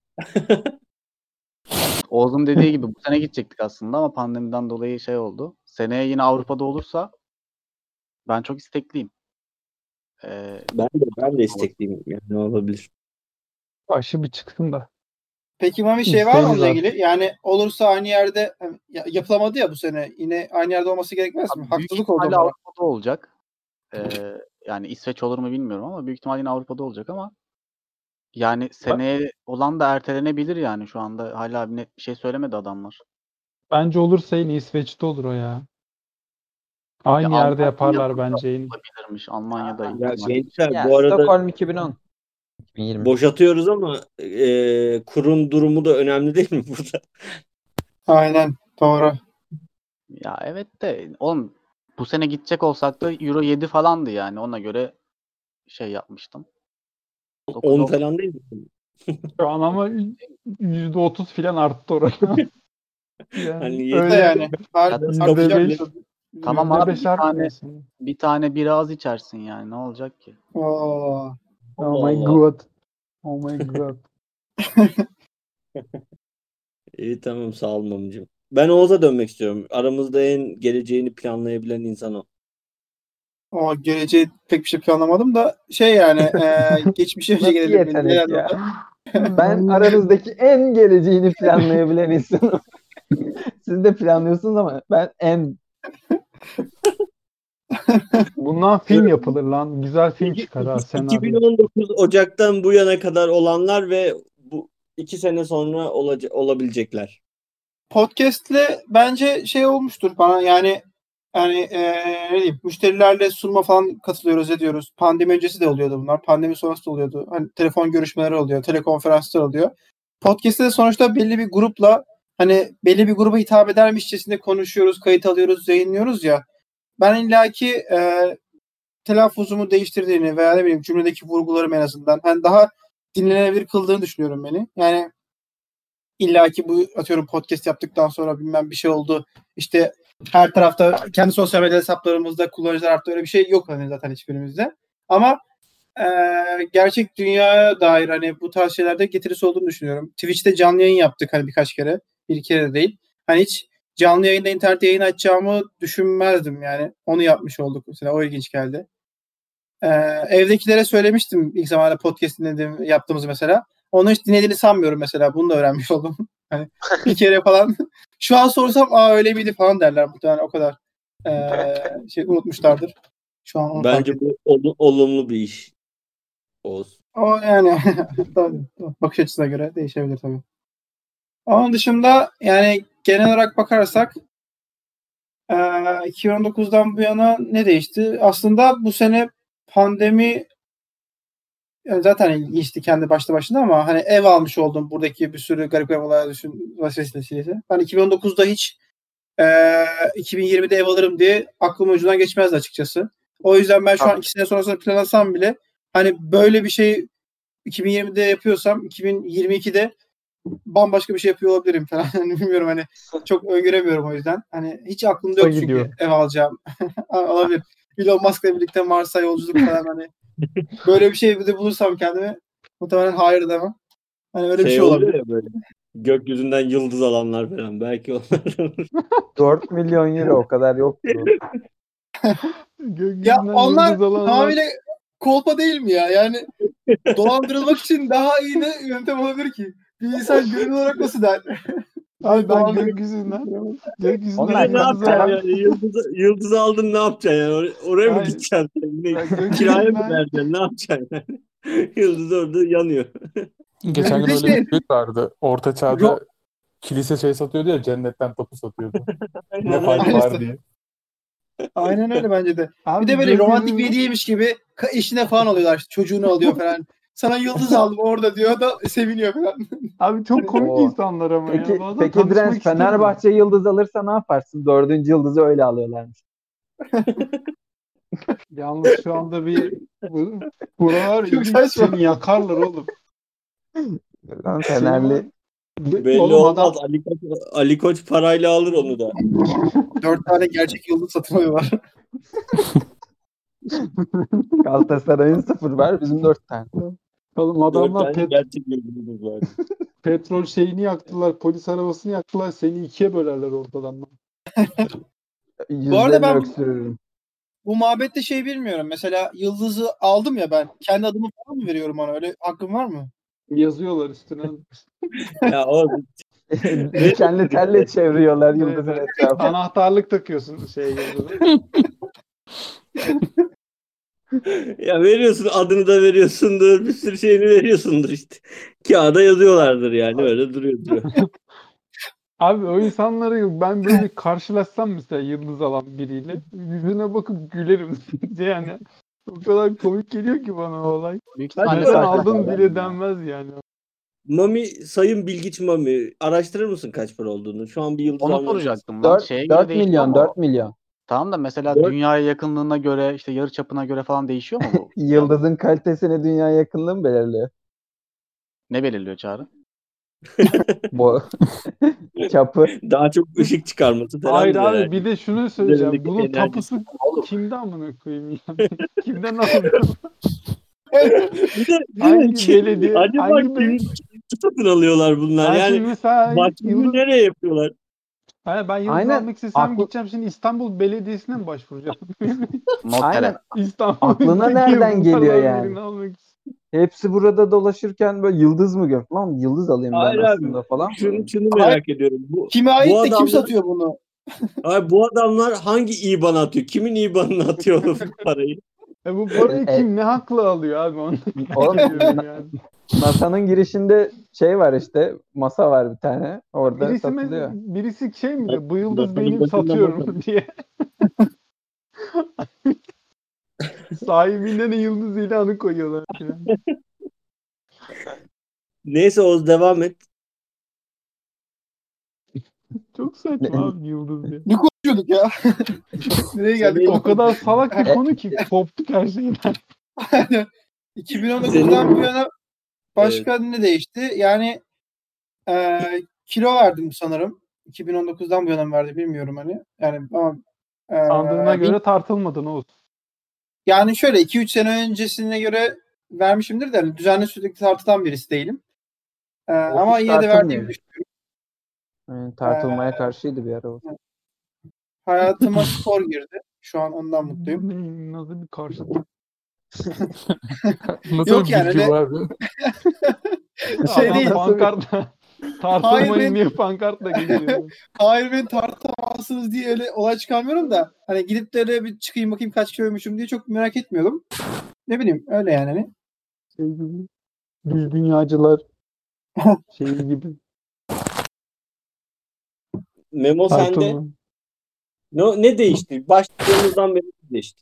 Oğuz'un dediği gibi bu sene gidecektik aslında ama pandemiden dolayı şey oldu. Seneye yine Avrupa'da olursa ben çok istekliyim. Ben de istekliyim. Yani ne olabilir? Aşı bir çıksın da. Peki Mami şey var mı İsteğimiz onunla var. ilgili? Yani olursa aynı yerde yapılamadı ya bu sene. Yine aynı yerde olması gerekmez mi? Abi, büyük Haksızlık oldu ihtimalle onlara. Avrupa'da olacak. Yani İsveç olur mu bilmiyorum ama büyük ihtimalle yine Avrupa'da olacak ama yani seneye olan da ertelenebilir yani, şu anda hala bir net bir şey söylemedi adamlar. Bence olursa yine İsveç'te olur o ya. Aynı Ya yerde Almanya yaparlar yapılsa bence yine. olabilirmiş. Almanya'da Ya ihtimal. gençler, Ya bu arada Stockholm 2010. 2020. boşatıyoruz ama kurun durumu da önemli değil mi burada? Aynen. Doğru. Ya evet de oğlum, bu sene gidecek olsak da Euro 7 falandı yani, ona göre şey yapmıştım. 9 10 oldu. falan değil mi? Şu an ama %30 falan arttı oranı. Yani Hani Da öyle yani. %5 Tamam abi, %5 artmıyorsun. bir tane bira az içersin yani, ne olacak ki? Oo. Oh Allah my Allah. god. Oh my god. İyi, tamam, sağ ol Mami'cim. Ben Oğuz'a dönmek istiyorum. Aramızda en geleceğini planlayabilen insan o. O geleceği pek bir şey planlamadım da yani geçmişe önce Nasıl gelelim. yetenek Neler ya? oldu? Ben aranızdaki en geleceğini planlayabilen insanım. Siz de planlıyorsunuz ama ben en Bundan film yapılır lan. Güzel film çıkar ha, senaryo. 2019 Ocak'tan bu yana kadar olanlar ve bu 2 sene sonra olabilecekler. Podcast'le bence şey olmuştur bana yani ne diyeyim, müşterilerle sunma falan katılıyoruz, ediyoruz. Pandemi öncesi de oluyordu bunlar. Pandemi sonrası da oluyordu. Hani telefon görüşmeleri oluyor, telekonferanslar oluyor. Podcast'te de sonuçta belli bir grupla, hani belli bir gruba hitap edermişçesinde konuşuyoruz, kayıt alıyoruz, yayınlıyoruz ya. Ben illaki telaffuzumu değiştirdiğini veya ne bileyim cümledeki vurgularım en azından hani daha dinlenebilir kıldığını düşünüyorum beni. Yani illaki bu atıyorum podcast yaptıktan sonra bilmem bir şey oldu. İşte her tarafta kendi sosyal medya hesaplarımızda kullanıcılar arttı, öyle bir şey yok hani zaten hiçbirimizde. Ama gerçek dünyaya dair hani bu tarz şeylerde getirisi olduğunu düşünüyorum. Twitch'te canlı yayın yaptık hani birkaç kere. Bir kere de değil. Hani hiç canlı yayında internet yayın açacağımı düşünmezdim yani. Onu yapmış olduk mesela. O ilginç geldi. Evdekilere söylemiştim ilk zamanlarda podcast dinlediğim, yaptığımızı mesela. Onu hiç dinlediğini sanmıyorum mesela. Bunu da öğrenmiş oldum. Hani bir kere falan. Şu an sorsam öyle miydi falan derler muhtemelen, o kadar unutmuşlardır. Şu an onu fark Bence ettim. bu olumlu bir iş. Oğuz. O yani tabii, bakış açısına göre değişebilir tabii. Onun dışında yani genel olarak bakarsak 2019'dan bu yana ne değişti? Aslında bu sene pandemi zaten ilginçti kendi başına ama hani ev almış oldum, buradaki bir sürü garip olaylar vesilesiyle. Ben 2019'da hiç 2020'de ev alırım diye aklım ucundan geçmezdi açıkçası. O yüzden ben şu an 2 sene sonrasında planlasam bile hani böyle bir şey 2020'de yapıyorsam 2022'de bambaşka bir şey yapıyor olabilirim falan. Hani bilmiyorum, hani çok öngöremiyorum o yüzden. Hani hiç aklımda yok çünkü gidiyor. ev alacağım. Olabilir. Elon Musk'la birlikte Mars'a yolculuk falan, hani böyle bir şey de bulursam kendime muhtemelen hayır demem. Hani öyle bir şey oluyor olabilir. ya böyle. Gökyüzünden yıldız alanlar falan. Belki onlar. 4 milyon euro o kadar yoktur o. Ya Gökyüzünden onlar yıldız alanlar. tamamıyla kolpa değil mi ya? Yani dolandırılmak için daha iyi ne yöntem olabilir ki? Bir insan gönül olarak nasıl der? Abi ben Dolandırılmak- gökyüzünden Onlar Ne yıldız yapacaksın alan. yani? Yıldızı aldın, ne yapacaksın yani? Oraya mı Hayır. gideceksin? Ne, Ya gökyüzünden- kiraya mı vereceksin? Ne yapacaksın yani? Yıldız orada yanıyor. Geçen gün Bir de öyle şey- bir tweet vardı. Orta çağda kilise satıyordu ya, cennetten tapu satıyordu. Ne fark var diye. Aynen öyle bence de. Abi Bir de böyle romantik bir gökyüzünden- hediyeymiş gibi eşine falan alıyorlar. İşte çocuğunu alıyor falan. Sana yıldız aldım orada diyor da seviniyor falan. Abi çok komik Oo. insanlar ama ya. Peki, Bazen peki tanışmak Direnç isterim. Fenerbahçe yıldız alırsa ne yaparsın? 4. yıldızı öyle alıyorlarmış. Yalnız şu anda buralar Çok saçma. seni yakarlar oğlum. Lan Seni Fenerli var- Belli Oğlum adam olmaz. Ali Koç parayla alır onu da. 4 tane gerçek yıldız satın alıyorlar. Galatasaray'ın 0 var, bizim 4 tane. oğlum 4 adamlar tane gerçek yıldızımız var. petrol şeyini yaktılar, polis arabasını yaktılar, seni ikiye bölerler ortadan. Bu arada Yüzlerini ben öksürürüm. bu muhabbette bilmiyorum. Mesela yıldızı aldım ya ben. Kendi adımı falan mı veriyorum ona? Öyle hakkım var mı? Yazıyorlar üstüne. Ya o Dikenli telle çeviriyorlar yıldızın Evet. etrafı. Anahtarlık takıyorsun yıldıza. ya veriyorsun, adını da veriyorsundur, bir sürü şeyini veriyorsundur işte. Kağıda yazıyorlardır yani, öyle duruyor. Abi o insanları ben böyle karşılaşsam mesela yıldız alan biriyle yüzüne bakıp gülerim. Yani o kadar komik geliyor ki bana o olay. Büyük Hadi ihtimalle Neden bakalım. saçma aldın şeyler bile ya. denmez yani. Sayın Bilgiç Mami, araştırır mısın kaç para olduğunu? Şu an bir yıldız Onu almak soracaktım lan. 4, Şeye göre 4 değişiyor milyon, mu? 4 milyon. Tamam da mesela 4 dünyaya yakınlığına göre, işte yarı çapına göre falan değişiyor mu bu? Yıldızın kalitesini dünya yakınlığı mı belirliyor? Ne belirliyor Çağrı? Bu çapı. daha çok ışık çıkarması falan Hayır diyor abi yani. bir de şunu söyleyeceğim. Üzerindeki Bunun enerjisi. tapusu Oğlum. kimde amına koyayım yani? Kimden alınıyor? Bir de Hangi belediye, acaba kim satın alıyorlar bunlar? Ben Yani şimdi mesela başvuru nereye yapıyorlar? ben yıldız Aynen. almak istesem Aklı- gideceğim şimdi İstanbul Belediyesi'ne mi başvuracağım? Notere. Aynen. İstanbul'daki Aklına nereden geliyor yıldızlardan yani? birini almak istiyorum. Hepsi burada dolaşırken böyle yıldız mı gör? Lan yıldız alayım ben Hayır aslında abi. falan. Şunu merak ediyorum. Kime bu ait de kim adamlar, satıyor bunu? bu adamlar hangi IBAN atıyor? Kimin IBAN'ına atıyor bu parayı? Bu parayı E, kim ne hakla alıyor abi onu Oğlum merak yani. NASA'nın girişinde var işte, masa var bir tane. Orada satılıyor. Birisi şey mi diyor? Bu yıldız Datanın benim başında satıyorum diye. Sahibinden de yıldız ilanı koyuyorlar falan. Neyse Oğuz, devam et. Çok saçma abi yıldız diye. Ne konuşuyorduk ya? Nereye geldik? O kadar salak bir E- konu ki koptuk her şeyden. 2019'dan bu yana başka ne değişti? Yani kilo verdim sanırım. 2019'dan bu yana mı verdi bilmiyorum hani. Yani ama Sandığına göre tartılmadın Oğuz. yani şöyle 2-3 sene öncesine göre vermişimdir de hani düzenli sürekli tartılan birisi değilim. Ama hiç yine de verdiğimi tartılmıyor. düşünüyorum. Yani tartılmaya karşıydı bir ara o. Hayatıma spor girdi. Şu an ondan mutluyum. Nasıl bir karşıt? Nasıl Yok bir yani bilgi öyle bu abi? şey Adam değil. pankart Tartılmayın ben- diye pankartla geziyorum. Hayır beni tartamazsınız diye öyle olay çıkarmıyorum da hani gidip de öyle bir çıkayım bakayım kaç kiloymuşum diye çok merak etmiyordum. Ne bileyim öyle yani hani. Şey gibi. Düz dünyacılar şeyi gibi. Memo sende Tartılma. ne değişti? Başladığımızdan beri ne değişti?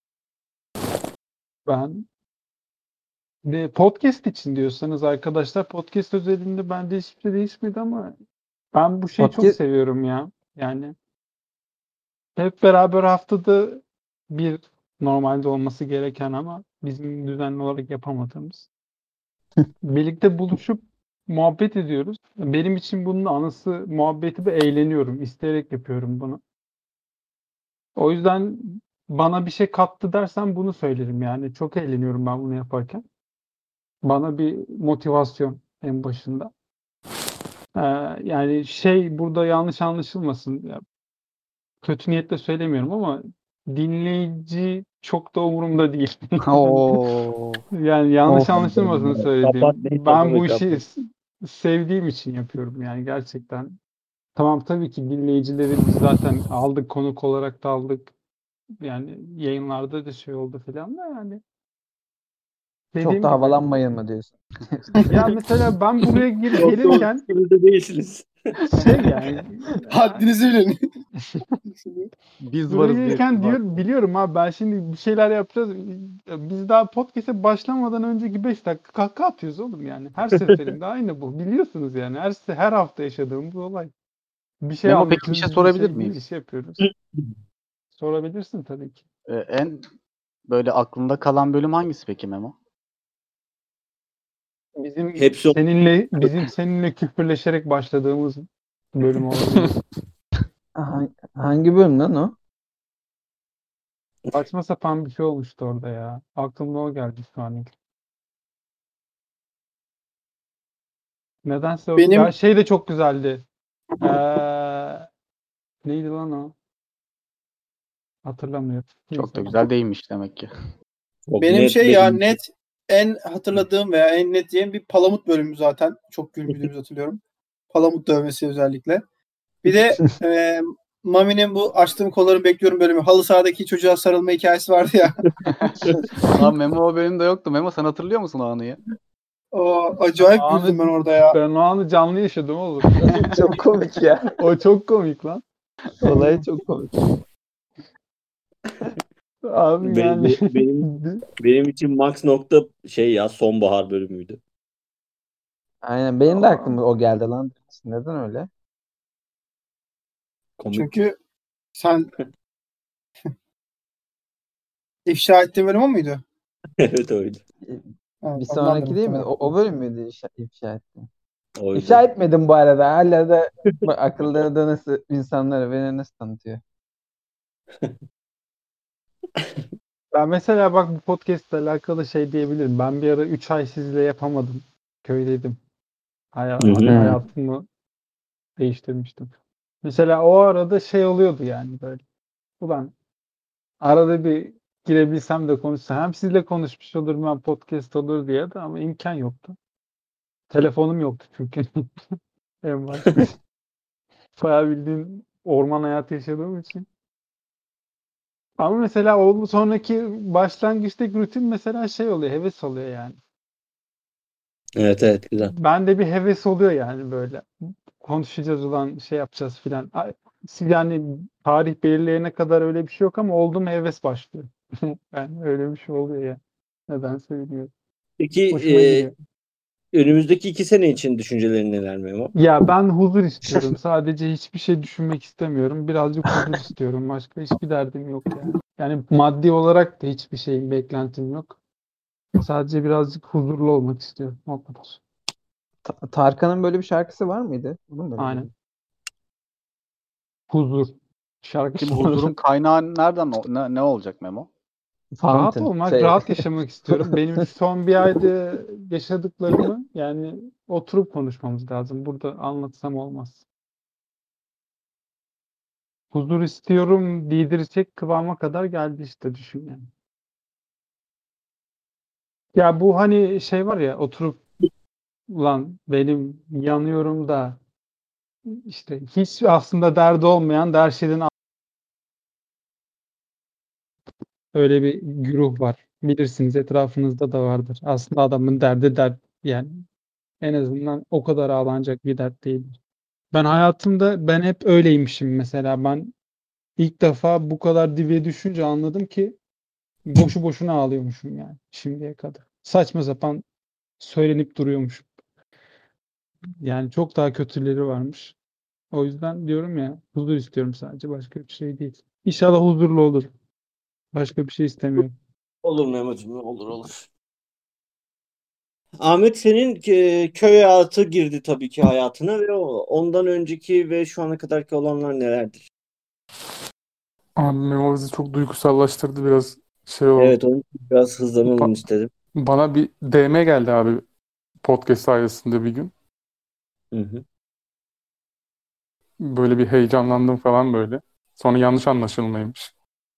Ben de podcast için diyorsanız arkadaşlar, podcast özelinde bende hiçbir şey değişmedi ama ben bu şeyi çok Podcast seviyorum ya. Yani hep beraber haftada bir, normalde olması gereken ama bizim düzenli olarak yapamadığımız. Birlikte buluşup muhabbet ediyoruz. Benim için bunun anısı muhabbeti ve eğleniyorum. İsteyerek yapıyorum bunu. O yüzden bana bir şey kattı dersen bunu söylerim yani. Çok eğleniyorum ben bunu yaparken. Bana bir motivasyon en başında. Ee, Yani şey, burada yanlış anlaşılmasın. Ya, kötü niyetle söylemiyorum ama dinleyici çok da umurumda değil. Oo. Yani yanlış of. anlaşılmasın söylediğim. Kapatmayı Ben bu tadını işi kapat. sevdiğim için yapıyorum yani gerçekten. Tamam, tabii ki dinleyicileri biz zaten aldık, konuk olarak da aldık. Yani yayınlarda da şey oldu falan da yani. Çok Dediğim da gibi. havalanmayın mı diyorsun? Ya mesela ben buraya Çok gelirken sıkıntı değilsiniz. şey yani Haddinizi bilin. Biz buraya varız diye gelirken siz var. biliyorum abi, ben şimdi bir şeyler yapacağız. Biz daha podcast'e başlamadan önceki 5 dakika kahkaha atıyoruz oğlum yani. Her seferinde aynı bu. Biliyorsunuz yani. Her hafta yaşadığımız olay. Bir şey Memo, peki bir şey anlatıyoruz, bir sorabilir şey miyim? bir şey yapıyoruz. Sorabilirsin tabii ki. En böyle aklında kalan bölüm hangisi peki Memo? Hepsi o- Bizim seninle küfürleşerek başladığımız bölüm olabilir. Hangi bölüm lan o? Saçma sapan bir şey olmuştu orada ya. Aklıma o geldi şu an ilk. Nedense ya Benim şey de çok güzeldi. Ee, Neydi lan o? Hatırlamıyorum. Çok da Neyse. güzel değilmiş demek ki. çok benim net şey ya benim. net en hatırladığım veya en net diyeyim bir Palamut bölümü zaten. Çok güldüğümüzü hatırlıyorum. Palamut dövmesi özellikle. Bir de Mami'nin bu açtığım kolları bekliyorum bölümü. Halı sahadaki çocuğa sarılma hikayesi vardı ya. Lan Memo o bölümde yoktu. Memo, sen hatırlıyor musun o anıyı? O acayip güldüm ben orada ya. Ben o anı canlı yaşadım oğlum. Çok komik ya. O çok komik lan. Olay çok komik. Abi yani. Benim için max nokta şey ya sonbahar bölümüydü. Aynen, benim de aklıma o geldi lan. Neden öyle? Komik. Çünkü sen ifşa ettiğin bölüm o muydu? Evet oydu. Evet, Bir ondandır sonraki değil mi? muhtemelen. O bölüm müydü ifşa ettin? Oydu. İfşa etmedim bu arada. Hala da bak, akılları da nasıl insanlara beni nasıl tanıtıyor. Ben mesela bak, bu podcast ile alakalı şey diyebilirim. Ben bir ara 3 ay sizle yapamadım. Köydeydim. Hı hı. Hayatımı değiştirmiştim. Mesela o arada şey oluyordu yani böyle. Ulan arada bir girebilsem de konuşsam. Hem sizle konuşmuş olurum hem podcast olur diye de, ama imkan yoktu. Telefonum yoktu çünkü. En başta. Bayağı bildiğin orman hayatı yaşadığım için. Ama mesela o sonraki başlangıçtaki rutin mesela şey oluyor, heves oluyor yani. Evet evet güzel. Bende bir heves oluyor yani böyle. Konuşacağız ulan, şey yapacağız filan. Yani tarih belirleyene kadar öyle bir şey yok ama oldu mu heves başlıyor. Yani öyle bir şey oluyor ya. Nedense bilmiyorum. Peki Hoşuma gidiyor. önümüzdeki 2 sene için düşüncelerin neler Memo? Ya ben huzur istiyorum. Sadece hiçbir şey düşünmek istemiyorum. Birazcık huzur istiyorum. Başka hiçbir derdim yok yani. Yani maddi olarak da hiçbir şeyin beklentim yok. Sadece birazcık huzurlu olmak istiyorum. O kadar. Tarkan'ın böyle bir şarkısı var mıydı? Bunun böyle Aynen. miydi? Huzur. Şarkı Şimdi huzurun kaynağı nereden ne olacak Memo? rahat Fountain. olmak, rahat yaşamak istiyorum. Benim son bir ayda yaşadıklarımı yani oturup konuşmamız lazım. Burada anlatsam olmaz. Huzur istiyorum diydirecek kıvama kadar geldi işte, düşün yani. Ya bu hani şey var ya, oturup ulan benim yanıyorum da işte hiç aslında derdi olmayan da her şeyden öyle bir güruh var. Bilirsiniz etrafınızda da vardır. Aslında adamın derdi dert yani en azından o kadar ağlanacak bir dert değildir. Ben hayatımda ben hep öyleymişim mesela. Ben ilk defa bu kadar dibe düşünce anladım ki boşu boşuna ağlıyormuşum yani şimdiye kadar. Saçma sapan söylenip duruyormuşum. Yani çok daha kötüleri varmış. O yüzden diyorum ya huzur istiyorum sadece başka bir şey değil. İnşallah huzurlu olur. Başka bir şey istemiyorum. Olur Memo'cum, olur olur. Ahmet, senin köy hayatı girdi tabii ki hayatına ve ondan önceki ve şu ana kadarki olanlar nelerdir? Abi Memo bizi çok duygusallaştırdı, biraz şey oldu. Evet, onu biraz hızlanalım istedim. Bana bir DM geldi abi podcast sayesinde bir gün. Hı hı. Böyle bir heyecanlandım falan böyle. Sonra yanlış anlaşılmaymış.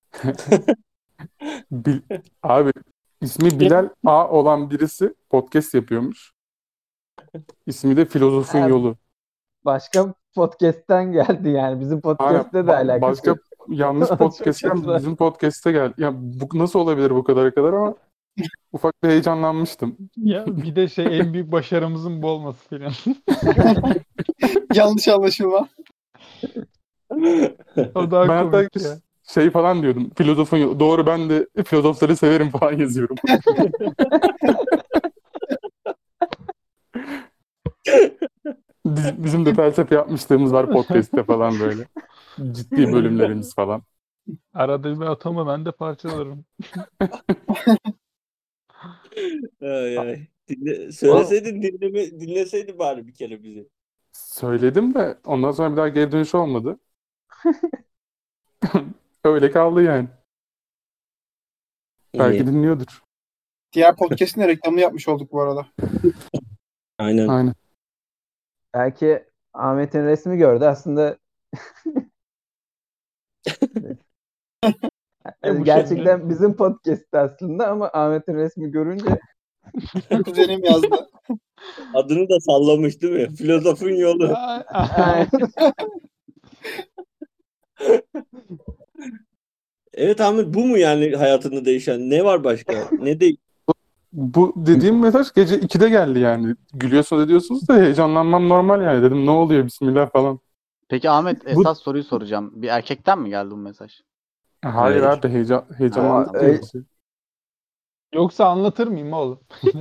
Bil- Abi ismi Bilal A olan birisi podcast yapıyormuş. İsmi de Filozofun Ha, Yolu. başka podcast'ten geldi yani. Bizim Aynen, podcast'te de alakası başka yok. yanlış Çok podcast'ten güzel. bizim podcast'e geldi. Ya bu nasıl olabilir bu kadar ama ufak bir heyecanlanmıştım. Ya bir de en büyük başarımızın bu olması falan. Yanlış anlaşılma. O daha Ben hatta komik ya. şey falan diyordum. Filozofun Yolu. Doğru, ben de filozofları severim falan yazıyorum. Bizim de felsefe yapmışlığımız var podcast'te falan böyle. Ciddi bölümlerimiz falan. Arada bir atama ben de parçalarım. Ay, ay. Söyleseydin, dinleseydin bari bir kere bizi. Söyledim de ondan sonra bir daha geri dönüş olmadı. Öyle kaldı yani. Belki İyi. dinliyordur. Diğer podcast'in de reklamını yapmış olduk bu arada. Aynen. Aynen. Belki Ahmet'in resmi gördü. Aslında Bu gerçekten bizim podcast'te aslında ama Ahmet'in resmi görünce Kuzenim yazdı. Adını da sallamış değil mi? Filozofun Yolu. Aynen. Evet Ahmet, bu mu yani hayatında değişen? Ne var başka? Ne değil? Bu dediğim mesaj gece 2'de geldi yani. Gülüyorsunuz ediyorsunuz da heyecanlanmam normal yani. Dedim ne oluyor bismillah falan. Peki Ahmet, Bu esas soruyu soracağım. Bir erkekten mi geldi bu mesaj? hayır abi, heyecanlandık Öyle- diye. Yoksa anlatır mıyım oğlum?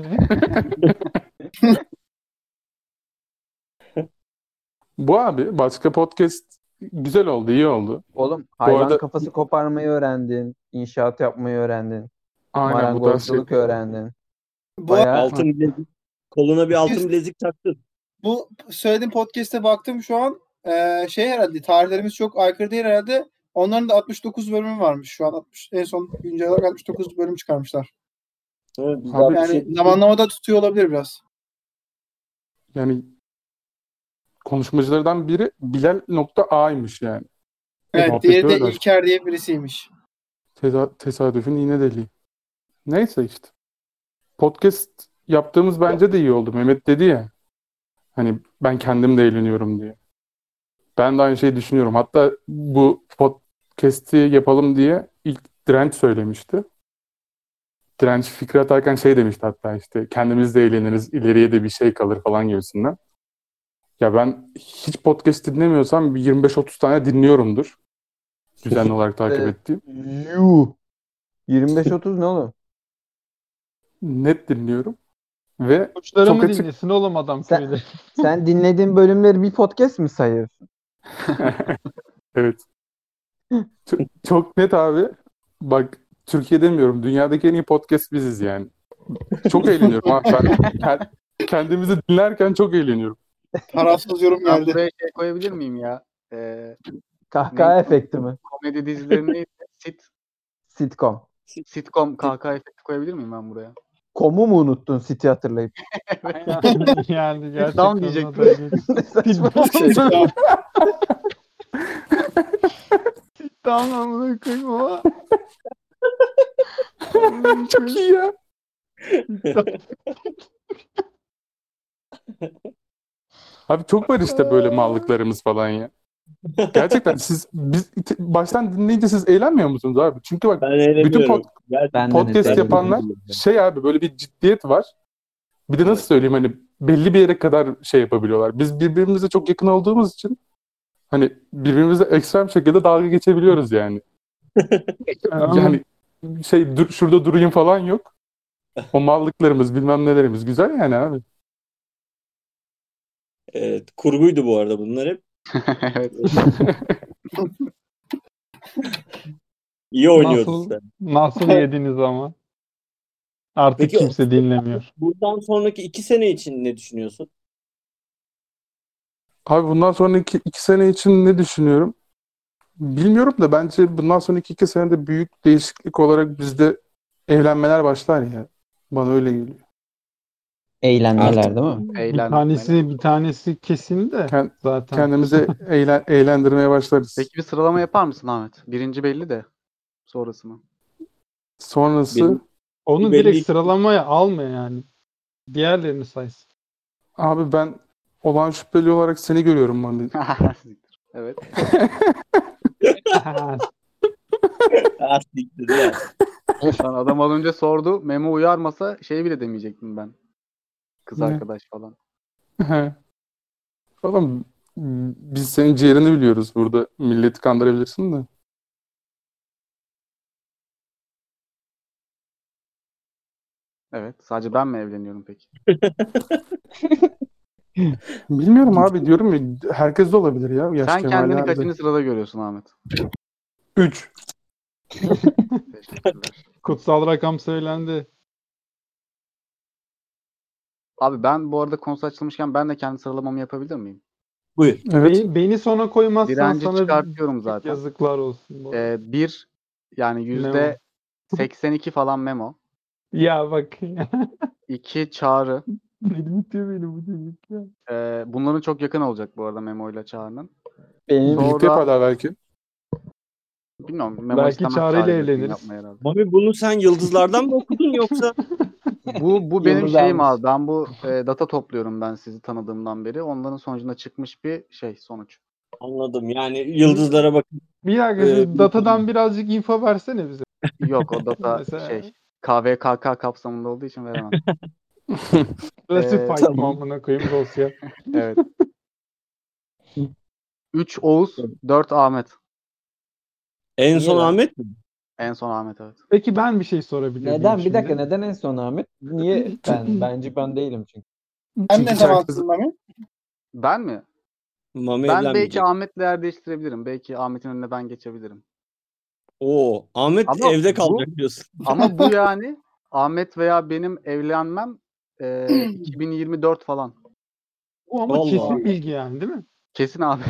Bu abi başka podcast güzel oldu, iyi oldu. Oğlum Bu hayvan arada kafası koparmayı öğrendin. İnşaat yapmayı öğrendin. aynen bu tarz şey. Marangozculuk öğrendin. Bu Bayağı Altın bilezik. Koluna bir altın bilezik taktın. Bu söylediğim podcast'e baktım şu an. Şey herhalde tarihlerimiz çok aykırı değil herhalde. Onların da 69 bölümü varmış şu an. En son güncel olarak 69 bölüm çıkarmışlar. Evet, biz Abi, Yani zamanlamada tutuyor olabilir biraz. Yani konuşmacılardan biri Bilal.A'ymış yani. Evet, Muhabbeti diğeri de öyle. İlker diye birisiymiş. Tesadüfün iğne deliği. Neyse işte. Podcast yaptığımız bence de iyi oldu. Mehmet dedi ya, hani ben kendim de eğleniyorum diye. Ben de aynı şeyi düşünüyorum. Hatta bu podcast'i yapalım diye ilk Direnç söylemişti. Direnç fikri atarken şey demişti, hatta işte kendimiz de eğleniriz, ileriye de bir şey kalır falan gibisinden. Ya ben hiç podcast dinlemiyorsam bir 25-30 tane dinliyorumdur. Düzenli olarak takip ettiğim. Yuh. 25-30 ne oğlum? Net dinliyorum. Ve Uçları çok mı açık. dinlesin oğlum adam Sen- köyde? Sen dinlediğin bölümleri bir podcast mi sayıyorsun? Evet. Çok net abi. Bak, Türkiye demiyorum. Dünyadaki en iyi podcast biziz yani. Çok eğleniyorum abi. Ben kendimizi dinlerken çok eğleniyorum. Tarafsız yorum Ben geldi. buraya şey koyabilir miyim ya? Kahkaha Neydi? efekti mi? Komedi dizileri neydi? Sitcom. Sitcom kahkaha efekti koyabilir miyim ben buraya? Komu mu unuttun City hatırlayıp? Yani gerçekten Tamam o diyecektim. da geç. Ne saçma bir şey. Tamam amına koyayım ama. Çok iyi ya. Abi çok var işte böyle mallıklarımız falan ya. Gerçekten biz baştan dinleyince siz eğlenmiyor musunuz abi? Çünkü bak Ben bütün eğleniyorum. Ben de podcast mesela yapanlar şey abi böyle bir ciddiyet var. Bir de nasıl söyleyeyim hani belli bir yere kadar şey yapabiliyorlar. Biz birbirimize çok yakın olduğumuz için hani birbirimize ekstrem şekilde dalga geçebiliyoruz yani. Yani şurada durayım falan yok. O mallıklarımız bilmem nelerimiz güzel yani abi. Evet, kurguydu bu arada bunlar hep. Evet. İyi oynuyordun sen. Nasıl yediniz ama? Artık Peki kimse dinlemiyor. buradan sonraki 2 sene için ne düşünüyorsun? Abi bundan sonraki 2 sene için ne düşünüyorum? Bilmiyorum da bence bundan sonraki 2 senede büyük değişiklik olarak bizde evlenmeler başlar ya. Bana öyle geliyor. eğlenmeler değil mi? Bir tanesi kesin de Kend- zaten. Kendimizi eğlendirmeye başlarız. Peki bir sıralama yapar mısın Ahmet? Birinci belli de sonrası mı? Sonrası Benim- Onu belli- direkt sıralamaya alma yani. Diğerlerini saysın. abi ben olan şüpheli olarak seni görüyorum Mami. Evet. Ah, siktir ya. Lan adam az önce sordu. Memo uyarmasa şey bile demeyecektim ben. Kız Ne? arkadaş falan. Oğlum biz senin ciğerini biliyoruz burada. Milleti kandırabilirsin de. Evet. Sadece ben mi evleniyorum peki? Bilmiyorum abi diyorum ya herkes de olabilir ya. Yaş Sen kemali kendini halde. kaçıncı sırada görüyorsun Ahmet? 3. Teşekkürler. Kutsal rakam söylendi. Abi ben bu arada konu açılmışken ben de kendi sıralamamı yapabilir miyim? Buyur. Evet. Beni sona koymazsan Direnci sana çıkartıyorum zaten. yazıklar olsun. bu arada. Bir yani Memo. %82 falan Memo. Ya bak. 2 Çağrı. Beni bitiyor beni bu çocuk ya. Bunların çok yakın olacak bu arada Memo ile Çağrı'nın. Benim Sonra- Birlikte yaparlar belki. Bilmiyorum. Memo Belki istemez Çağrı'yla Çağrı'yla düğün evleniriz. yapmayı herhalde. Mami bunu sen yıldızlardan mı okudun yoksa? Bu benim Yıldız şeyim almış. abi. Ben bu data topluyorum ben sizi tanıdığımdan beri. Onların sonucunda çıkmış bir sonuç. Anladım. Yani yıldızlara bakın. Bir dakika şu datadan birazcık info versene bize. Yok o data Mesela- KVKK kapsamında olduğu için veremem. Burası Ee, fight mı amına koyayım dosya. Evet. 3 Oğuz, 4 Ahmet. En Niye son lan? Ahmet mi? En son Ahmet evet. Peki ben bir şey sorabilir miyim Neden? Bir şimdi? dakika neden en son Ahmet? Niye ben? Bence ben değilim çünkü. Ben ne Çünkü zaman herkes- attın Mami? Ben mi? Mami Ben evlenmeyecek. belki Ahmet'le yer değiştirebilirim. Belki Ahmet'in önüne ben geçebilirim. Oo, Ahmet Ama evde bu- kalacak diyorsun. Ama bu yani Ahmet veya benim evlenmem 2024 falan. Bu ama Allah kesin Allah. bilgi yani değil mi? Kesin abi.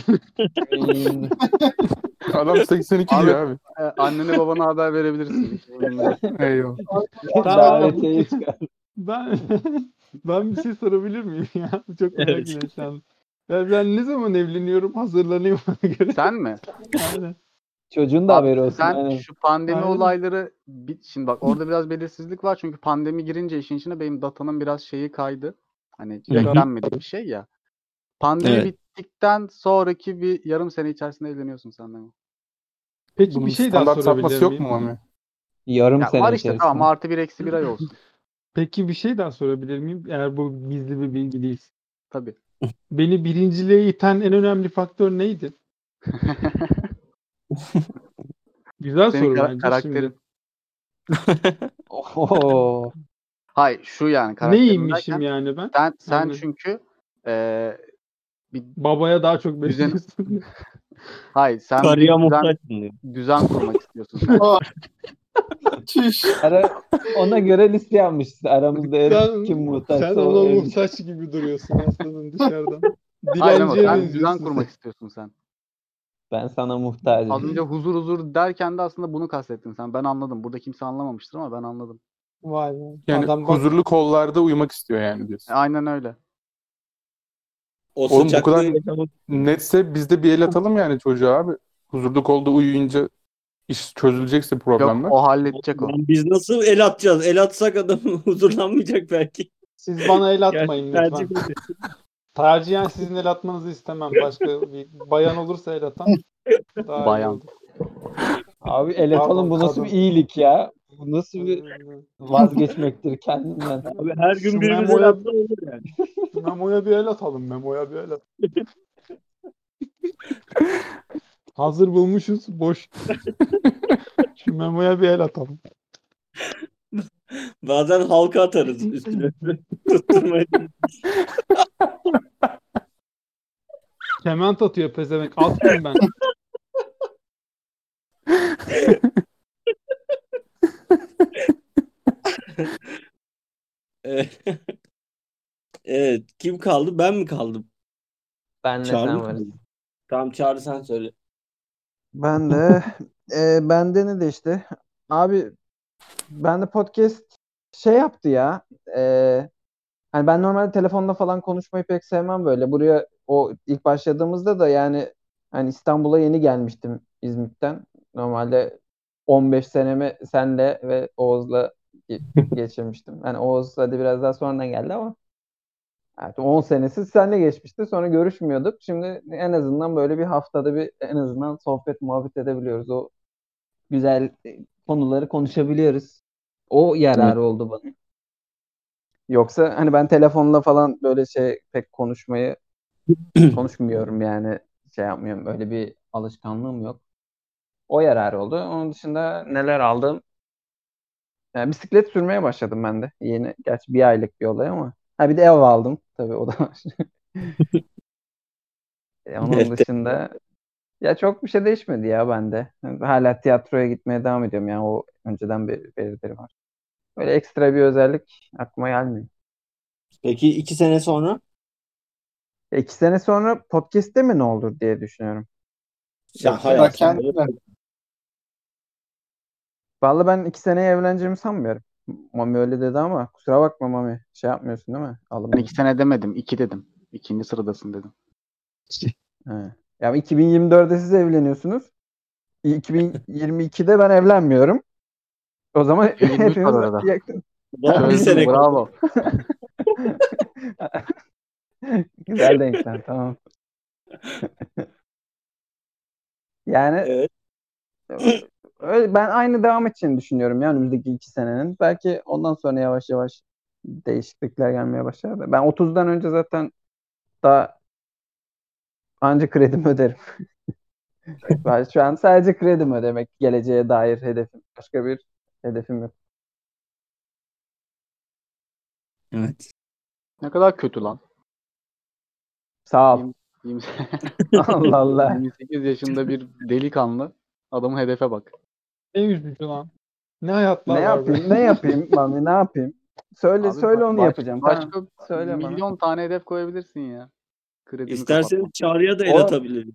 Adam 82 Abi- diyor abi. Annene babana haber verebilirsin. Eyvallah. Davetiyeyi çıkar. Ben ben bir şey sorabilir miyim ya? Çok merak Evet. ediyorum şu an. Ben ne zaman evleniyorum hazırlanayım ona göre. Sen mi? Aynen. Çocuğun da Abi haberi olsun. sen Aynen. şu pandemi Aynen. olayları şimdi bak orada biraz belirsizlik var çünkü pandemi girince işin içine benim datanın biraz şeyi kaydı. Hani Hı hı. beklenmedik bir şey ya. Pandemi Evet. bittikten sonraki bir yarım sene içerisinde evleniyorsun sen de mi? Peki Bunun bir şey daha standart sorabilir sapması yok miyim? mu Mami? Yarım Ya sene var işte içerisinde. tamam artı bir eksi bir ay olsun. Peki bir şey daha sorabilir miyim? Eğer bu gizli bir bilgi değilse. Tabii. Beni birinciliğe iten en önemli faktör neydi? Güzel Senin soru bence karakterin. şimdi. Oho. Hayır şu yani karakterin Neymişim derken yani ben? sen Aynen. çünkü bir Babaya daha çok Düzen- benziyorsun. hayır sen Karıya bir muhtaçsın diyor. düzen kurmak istiyorsun sen. Çüş. Ona göre liste yapmışsın. Aramızda Sen- kim muhtaçsa Sen o ona evlenecek. muhtaç gibi duruyorsun aslında dışarıdan. Hayır ama Dilenciye sen düzen benziyorsun. kurmak istiyorsun sen. Ben sana muhtacım. Az önce huzur derken de aslında bunu kastettin sen. Ben anladım. Burada kimse anlamamıştır ama ben anladım. Vay be. Yani Adam bak, huzurlu kollarda uyumak istiyor yani diyorsun. Aynen öyle. O Oğlum bu sıcaklığı kadar- yaşamak. Netse biz de bir el atalım yani çocuğa abi. Huzurlu kolda uyuyunca iş çözülecekse Yok problemler. o halledecek o. Lan biz nasıl el atacağız? El atsak adam huzurlanmayacak belki. Siz bana el atmayın Tercih lütfen. edin. Tercihen sizin el atmanızı istemem. Başka bir bayan olursa el atan daha iyi Bayan. olur. Abi el atalım, Pardon, bu nasıl bir kadın. iyilik ya? Bu nasıl bir vazgeçmektir kendinden? Abi her gün Şu birbirimize memoya, yapsa olur yani. şu memoya bir el atalım. Memoya bir el atalım. Hazır bulmuşuz. Boş. Şu memoya bir el atalım. Bazen halka atarız üstüne. Tutturmaya. Kement atıyor pezevenk. Atmayayım ben. Evet. Kim kaldı? Ben mi kaldım? Benle Çağrı sen mı varız. kaldı? Tamam Çağrı sen söyle. Ben de bende ne de işte. Abi ben de podcast şey yaptı ya. Hani ben normalde telefonda falan konuşmayı pek sevmem böyle. Buraya o ilk başladığımızda da yani hani İstanbul'a yeni gelmiştim İzmit'ten. Normalde 15 senemi senle ve Oğuz'la geçirmiştim. Yani Oğuz hadi biraz daha sonradan geldi ama evet, 10 senesi seninle geçmişti. Sonra görüşmüyorduk. Şimdi en azından böyle bir haftada bir en azından sohbet muhabbet edebiliyoruz. O güzel konuları konuşabiliyoruz. O Evet. yararı oldu bana. Yoksa hani ben telefonla falan böyle şey pek konuşmuyorum yani, şey yapmıyorum. Öyle bir alışkanlığım yok. O yararı oldu. Onun dışında neler aldım? Yani bisiklet sürmeye başladım ben de. Yeni, gerçi bir aylık bir olay ama. Ha bir de ev aldım. Tabii o da var. Onun Evet. dışında ya çok bir şey değişmedi ya bende. Hala tiyatroya gitmeye devam ediyorum yani, o önceden bir berileri var. Öyle ekstra bir özellik aklıma gelmiyor. Peki 2 sene sonra? 2 sene sonra podcast'te mi ne olur diye düşünüyorum. Sen Yoksa Ya hayatında kendine. vallahi ben 2 seneye evleneceğimi sanmıyorum. Mami öyle dedi ama kusura bakma Mami. Şey yapmıyorsun değil mi? Ben Alınmıyor. 2 sene demedim. 2 dedim. İkinci sıradasın dedim. He. Ya 2024'de siz evleniyorsunuz. 2022'de ben evlenmiyorum. O zaman 2023 var hepimiz arada. yakın. o zaman bir Çözdüm. sene kaldı. Bravo. Güzel denkler, tamam. Yani Evet. öyle, ben aynı devam edeceğini düşünüyorum ya önümüzdeki 2 senenin. Belki ondan sonra yavaş yavaş değişiklikler gelmeye başlar da. Ben 30'dan önce zaten daha anca kredimi öderim. Ben şu an sadece kredimi ödemek geleceğe dair hedefim. Başka bir hedefim yok. Evet. Ne kadar kötü lan. Sağ ol. 20, 20 Allah Allah. 28 yaşında bir delikanlı. Adamın hedefe bak. Ne üzücü lan. Ne Ne hayatlar var be. yapayım? Ne yapayım Mami? Ne yapayım? Söyle Abi söyle onu yapacağım. Tamam. başka Söyle bana. milyon tane hedef koyabilirsin ya. Kredimi İsterseniz kapatmak. Çağrı'ya da el Oğlum, atabilirim.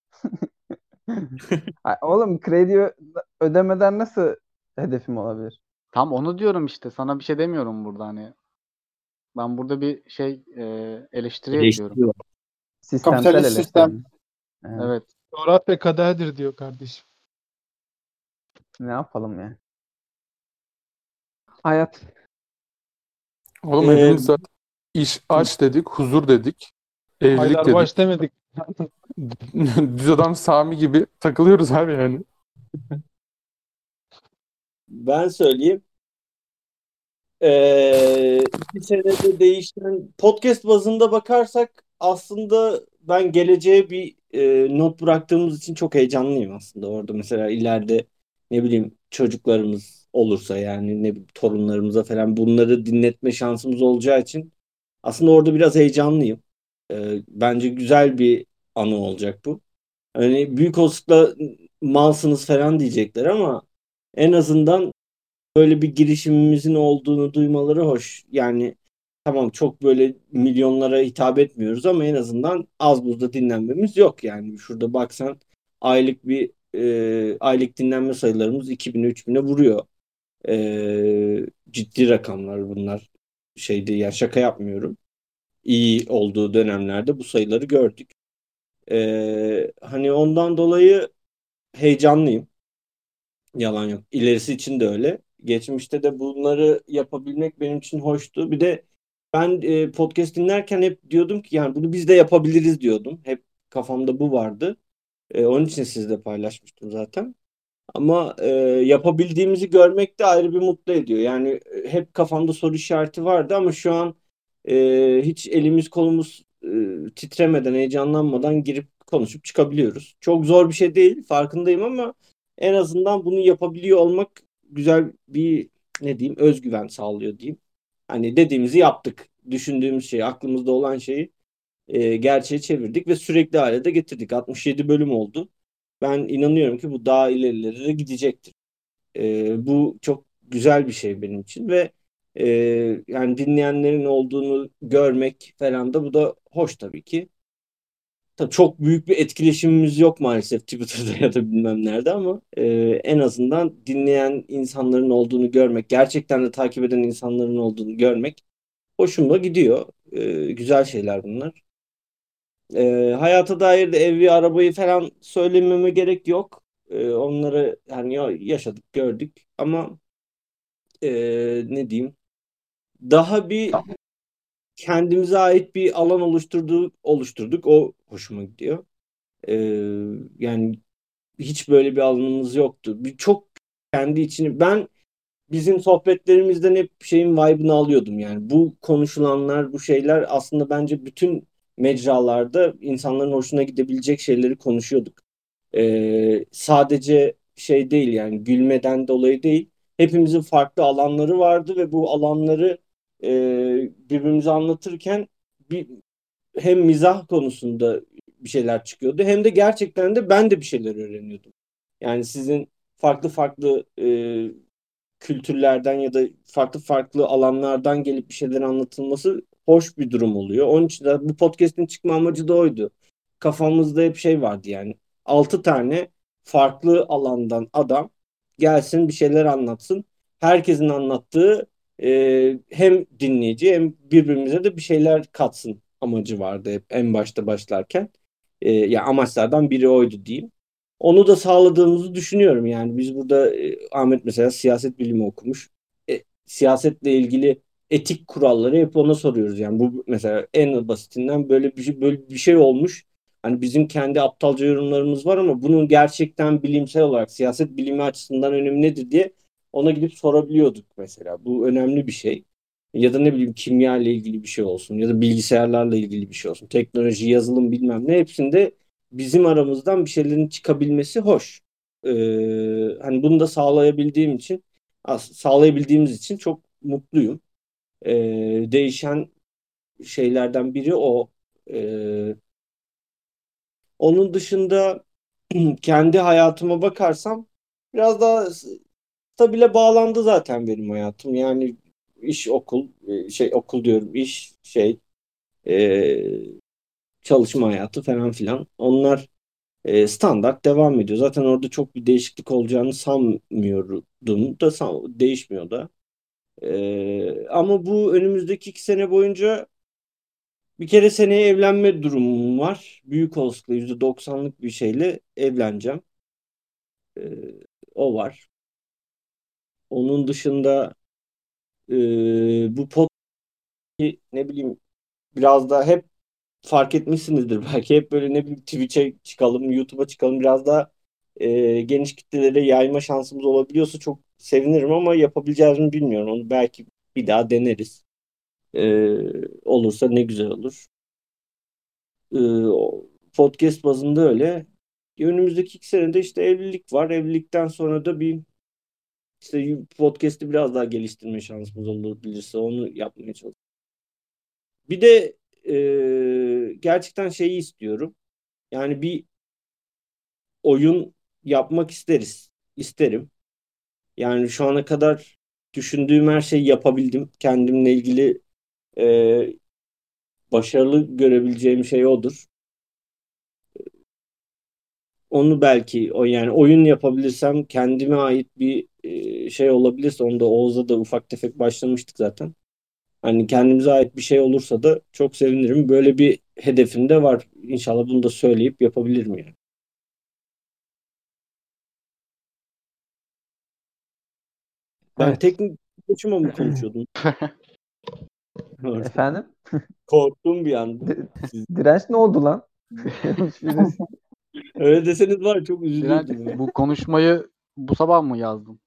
oğlum kredi ödemeden nasıl hedefim olabilir? Tam onu diyorum işte. Sana bir şey demiyorum burada hani. Ben burada bir şey eleştiri yapıyorum. Eleştiri var. Sistemsel Kapitalist sistem. eleştirim. Evet. Evet. Coğrafya kaderdir diyor kardeşim. Ne yapalım ya? Hayat. Oğlum Ee, hepimiz zaten iş, aç dedik, huzur dedik, evlilik Haydar dedik. baş demedik. Düz adam Sami gibi takılıyoruz abi yani. ben söyleyeyim. 2 senede değişen podcast bazında bakarsak aslında ben geleceğe bir not bıraktığımız için çok heyecanlıyım aslında. Orada mesela ileride ne bileyim çocuklarımız olursa yani ne bileyim torunlarımıza falan bunları dinletme şansımız olacağı için aslında orada biraz heyecanlıyım. Bence güzel bir anı olacak bu. Hani büyük olasılıkla malsınız falan diyecekler ama en azından böyle bir girişimimizin olduğunu duymaları hoş. Yani tamam çok böyle milyonlara hitap etmiyoruz ama en azından az buzda dinlenmemiz yok yani. Şurada baksan aylık dinlenme sayılarımız 2000'e 3000'e vuruyor. Ciddi rakamlar bunlar. Şeyde ya şaka yapmıyorum. İyi olduğu dönemlerde bu sayıları gördük. Hani ondan dolayı heyecanlıyım. Yalan yok. İlerisi için de öyle. Geçmişte de bunları yapabilmek benim için hoştu. Bir de Ben podcast dinlerken hep diyordum ki yani bunu biz de yapabiliriz diyordum. Hep kafamda bu vardı. Onun için sizle paylaşmıştım zaten. Ama yapabildiğimizi görmek de ayrı bir mutlu ediyor. Yani hep kafamda soru işareti vardı ama şu an hiç elimiz kolumuz titremeden, heyecanlanmadan girip konuşup çıkabiliyoruz. Çok zor bir şey değil, farkındayım ama en azından bunu yapabiliyor olmak güzel bir ne diyeyim özgüven sağlıyor diyeyim. Hani dediğimizi yaptık. Düşündüğümüz şeyi, aklımızda olan şeyi gerçeğe çevirdik ve sürekli hale de getirdik. 67 bölüm oldu. Ben inanıyorum ki bu daha ilerilere de gidecektir. Bu çok güzel bir şey benim için ve e, yani dinleyenlerin olduğunu görmek falan da bu da hoş tabii ki. Tabii çok büyük bir etkileşimimiz yok maalesef Twitter'da ya da bilmem nerede ama en azından dinleyen insanların olduğunu görmek, gerçekten de takip eden insanların olduğunu görmek hoşuma gidiyor. Güzel şeyler bunlar. Hayata dair de evi, arabayı falan söylememe gerek yok. Onları hani yaşadık, gördük. Ama ne diyeyim? Daha bir kendimize ait bir alan oluşturduk. O hoşuma gidiyor. Ee, Yani hiç böyle bir alanımız yoktu. Çok kendi içini ben bizim sohbetlerimizden hep şeyin vibe'ını alıyordum yani. Bu konuşulanlar, bu şeyler aslında bence bütün mecralarda insanların hoşuna gidebilecek şeyleri konuşuyorduk. Sadece şey değil yani gülmeden dolayı değil. Hepimizin farklı alanları vardı ve bu alanları birbirimize anlatırken bir, hem mizah konusunda bir şeyler çıkıyordu hem de gerçekten de ben de bir şeyler öğreniyordum. Yani sizin farklı farklı kültürlerden ya da farklı farklı alanlardan gelip bir şeyler anlatılması hoş bir durum oluyor. Onun için de bu podcast'in çıkma amacı da oydu. Kafamızda hep şey vardı yani. 6 tane farklı alandan adam gelsin bir şeyler anlatsın. Herkesin anlattığı hem dinleyici hem birbirimize de bir şeyler katsın amacı vardı hep en başta başlarken. Ya amaçlardan biri oydu diyeyim. Onu da sağladığımızı düşünüyorum. Yani biz burada Ahmet mesela siyaset bilimi okumuş. Siyasetle ilgili etik kuralları hep ona soruyoruz. Yani bu mesela en basitinden böyle bir şey olmuş. Hani bizim kendi aptalca yorumlarımız var ama bunun gerçekten bilimsel olarak siyaset bilimi açısından önemi nedir diye ona gidip sorabiliyorduk mesela. Bu önemli bir şey. Ya da ne bileyim kimya ile ilgili bir şey olsun ya da bilgisayarlarla ilgili bir şey olsun. Teknoloji, yazılım bilmem ne hepsinde bizim aramızdan bir şeylerin çıkabilmesi hoş. Hani bunu da sağlayabildiğimiz için çok mutluyum. Değişen şeylerden biri o. Ee, Onun dışında kendi hayatıma bakarsam biraz daha stabile bağlandı zaten benim hayatım. Yani iş okul okul diyorum iş e, çalışma hayatı falan filan. Onlar standart devam ediyor. Zaten orada çok bir değişiklik olacağını sanmıyordum da değişmiyor da. Ama bu önümüzdeki 2 sene boyunca bir kere seneye evlenme durumum var. Büyük olasılıkla %90'lık bir şeyle evleneceğim. O var. Onun dışında bu ne bileyim biraz daha hep fark etmişsinizdir belki hep böyle ne bileyim Twitch'e çıkalım, YouTube'a çıkalım biraz daha geniş kitlelere yayma şansımız olabiliyorsa çok sevinirim ama yapabileceğiz mi bilmiyorum. Onu belki bir daha deneriz. Olursa ne güzel olur. Podcast bazında öyle. Önümüzdeki 2 senede işte evlilik var. Evlilikten sonra da bir işte podcast'i biraz daha geliştirme şansımız olabilirse onu yapmaya çalışıyorum. Bir de gerçekten şeyi istiyorum. Yani bir oyun yapmak isterim. Yani şu ana kadar düşündüğüm her şeyi yapabildim. Kendimle ilgili e, başarılı görebileceğim şey odur. Onu belki yani oyun yapabilirsem kendime ait bir şey olabilirse onu da Oğuz'a da ufak tefek başlamıştık zaten. Hani kendimize ait bir şey olursa da çok sevinirim. Böyle bir hedefim de var. İnşallah bunu da söyleyip yapabilirim yani. Ben Evet. teknik konuşma mı konuşuyordum? Efendim? Korktum bir anda. Direnç ne oldu lan? Öyle deseniz var ya, çok Direnç, üzülürdüm ya. bu konuşmayı bu sabah mı yazdın?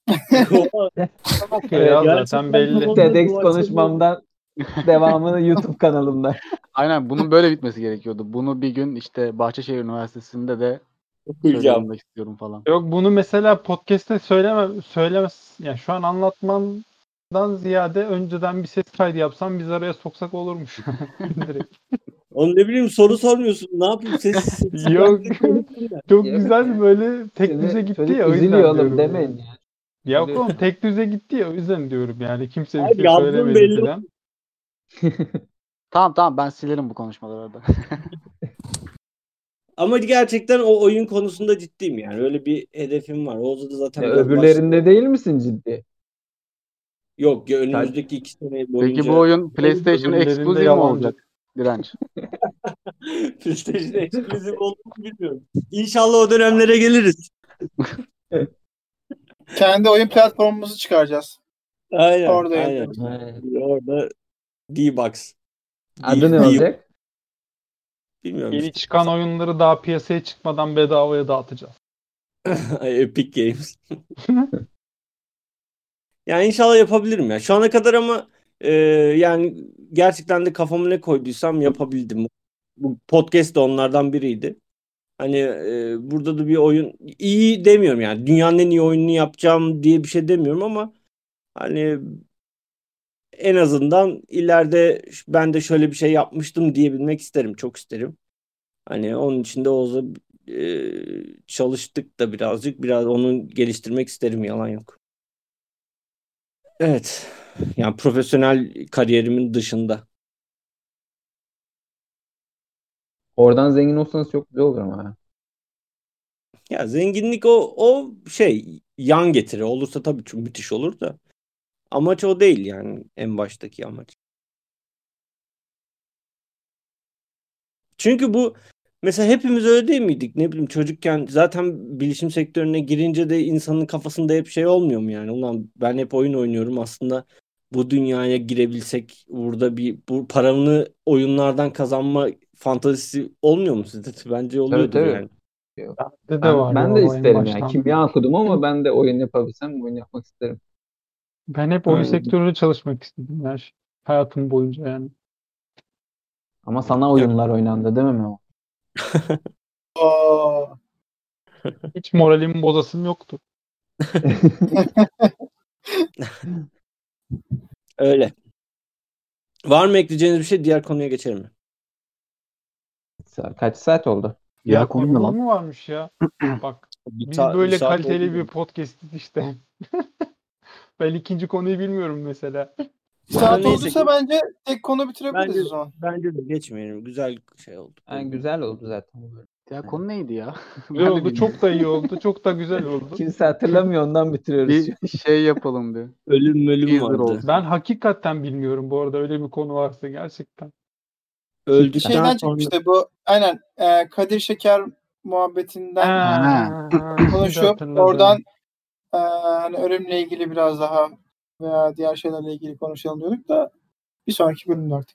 Okuyor ya Gerçekten zaten belli. kafamda TEDx bu akşam konuşmamdan devamını YouTube kanalımda. Aynen bunun böyle bitmesi gerekiyordu. Bunu bir gün işte Bahçeşehir Üniversitesi'nde de okuyacağım. söylemek istiyorum falan. Yok bunu mesela podcast'te söylemez. Yani şu an anlatmandan ziyade önceden bir ses kaydı yapsam biz araya soksak olurmuş. Direkt. Oğlum ne bileyim, soru sormuyorsun. Ne yapayım? Ses Yok. konuşsunlar. Çok Ya. güzel böyle tek düze gitti Çocuk ya, o yüzden üzülüyor oğlum diyorum demeyin yani. ya. Yok oğlum tek düze gitti ya, o yüzden diyorum yani. Kimse bir Hayır, şey yazdığım söylemedi belli. falan. Tamam ben silerim bu konuşmaları arada. Ama gerçekten o oyun konusunda ciddiyim yani. Öyle bir hedefim var. Oğuz'da da zaten biraz Öbürlerinde değil misin ciddi? Yok ya, önümüzdeki 2 sene Peki boyunca bu oyun PlayStation öbürlerinde Exclusive mi yalancı. olacak? Direnç. PlayStation Exclusive olduğunu bilmiyorum. İnşallah o dönemlere geliriz. Kendi oyun platformumuzu çıkaracağız. Aynen. Orada Aynen. yapıyoruz. Orada D-Box. Adı ne olacak? Bilmiyorum Yeni işte. çıkan oyunları daha piyasaya çıkmadan bedavaya dağıtacağız. Epic Games. Yani inşallah yapabilirim ya. Şu ana kadar ama yani gerçekten de kafama ne koyduysam yapabildim. Bu podcast de onlardan biriydi. Hani burada da bir oyun iyi demiyorum yani. Dünyanın en iyi oyununu yapacağım diye bir şey demiyorum ama hani en azından ileride ben de şöyle bir şey yapmıştım diyebilmek isterim. Çok isterim. Hani onun için de Oğuz'a çalıştık da birazcık. Biraz onu geliştirmek isterim. Yalan yok. Evet. Yani profesyonel kariyerimin dışında. Oradan zengin olsanız çok güzel olur ama. Ya zenginlik o şey yan getiri. Olursa tabii çok müthiş olur da. Amaç o değil yani, en baştaki amaç. Çünkü bu mesela hepimiz öyle değil miydik? Ne bileyim, çocukken zaten bilişim sektörüne girince de insanın kafasında hep şey olmuyor mu yani? Ulan ben hep oyun oynuyorum, aslında bu dünyaya girebilsek burada bu paramı oyunlardan kazanma fantazisi olmuyor mu sizde? Bence Tabii oluyordur tabii. yani. Bende de var Ben ya de o en isterim yani. baştan. Kimya okudum ama ben de oyun yapabilsem oyun yapmak isterim. Ben hep oyun Aynen. sektöründe çalışmak istedim ya. Hayatım boyunca yani. Ama sana oyunlar oynandı değil mi Memo? Oo. Hiç moralimi bozasım yoktu. Öyle. Var mı ekleyeceğiniz bir şey? Diğer konuya geçelim mi? Kaç saat oldu? Ya konu ne lan? mu varmış ya? Bak biz Bir böyle saat kaliteli oldu. bir podcast'iz işte. Ben ikinci konuyu bilmiyorum mesela. Saat Neyse. olduysa bence tek konu bitirebiliriz Bence, o zaman. bence de geçmeyelim. Güzel şey oldu. Yani güzel oldu zaten. Ya konu neydi ya? Güzel Ben de oldu, bilmiyorum. çok da iyi oldu, çok da güzel oldu. Kimse hatırlamıyor, ondan bitiriyoruz. Bir şey yapalım bir. Ölüm Teaser vardı. olsun. Ben hakikaten bilmiyorum bu arada, öyle bir konu varsa gerçekten. Öldükten Şeyden sonra çıkmıştı bu. Aynen. Kadir Şeker muhabbetinden konuşup Hatırladım. oradan hani ölümle ilgili biraz daha veya diğer şeylerle ilgili konuşalım diyorduk da bir sonraki bölümde artık.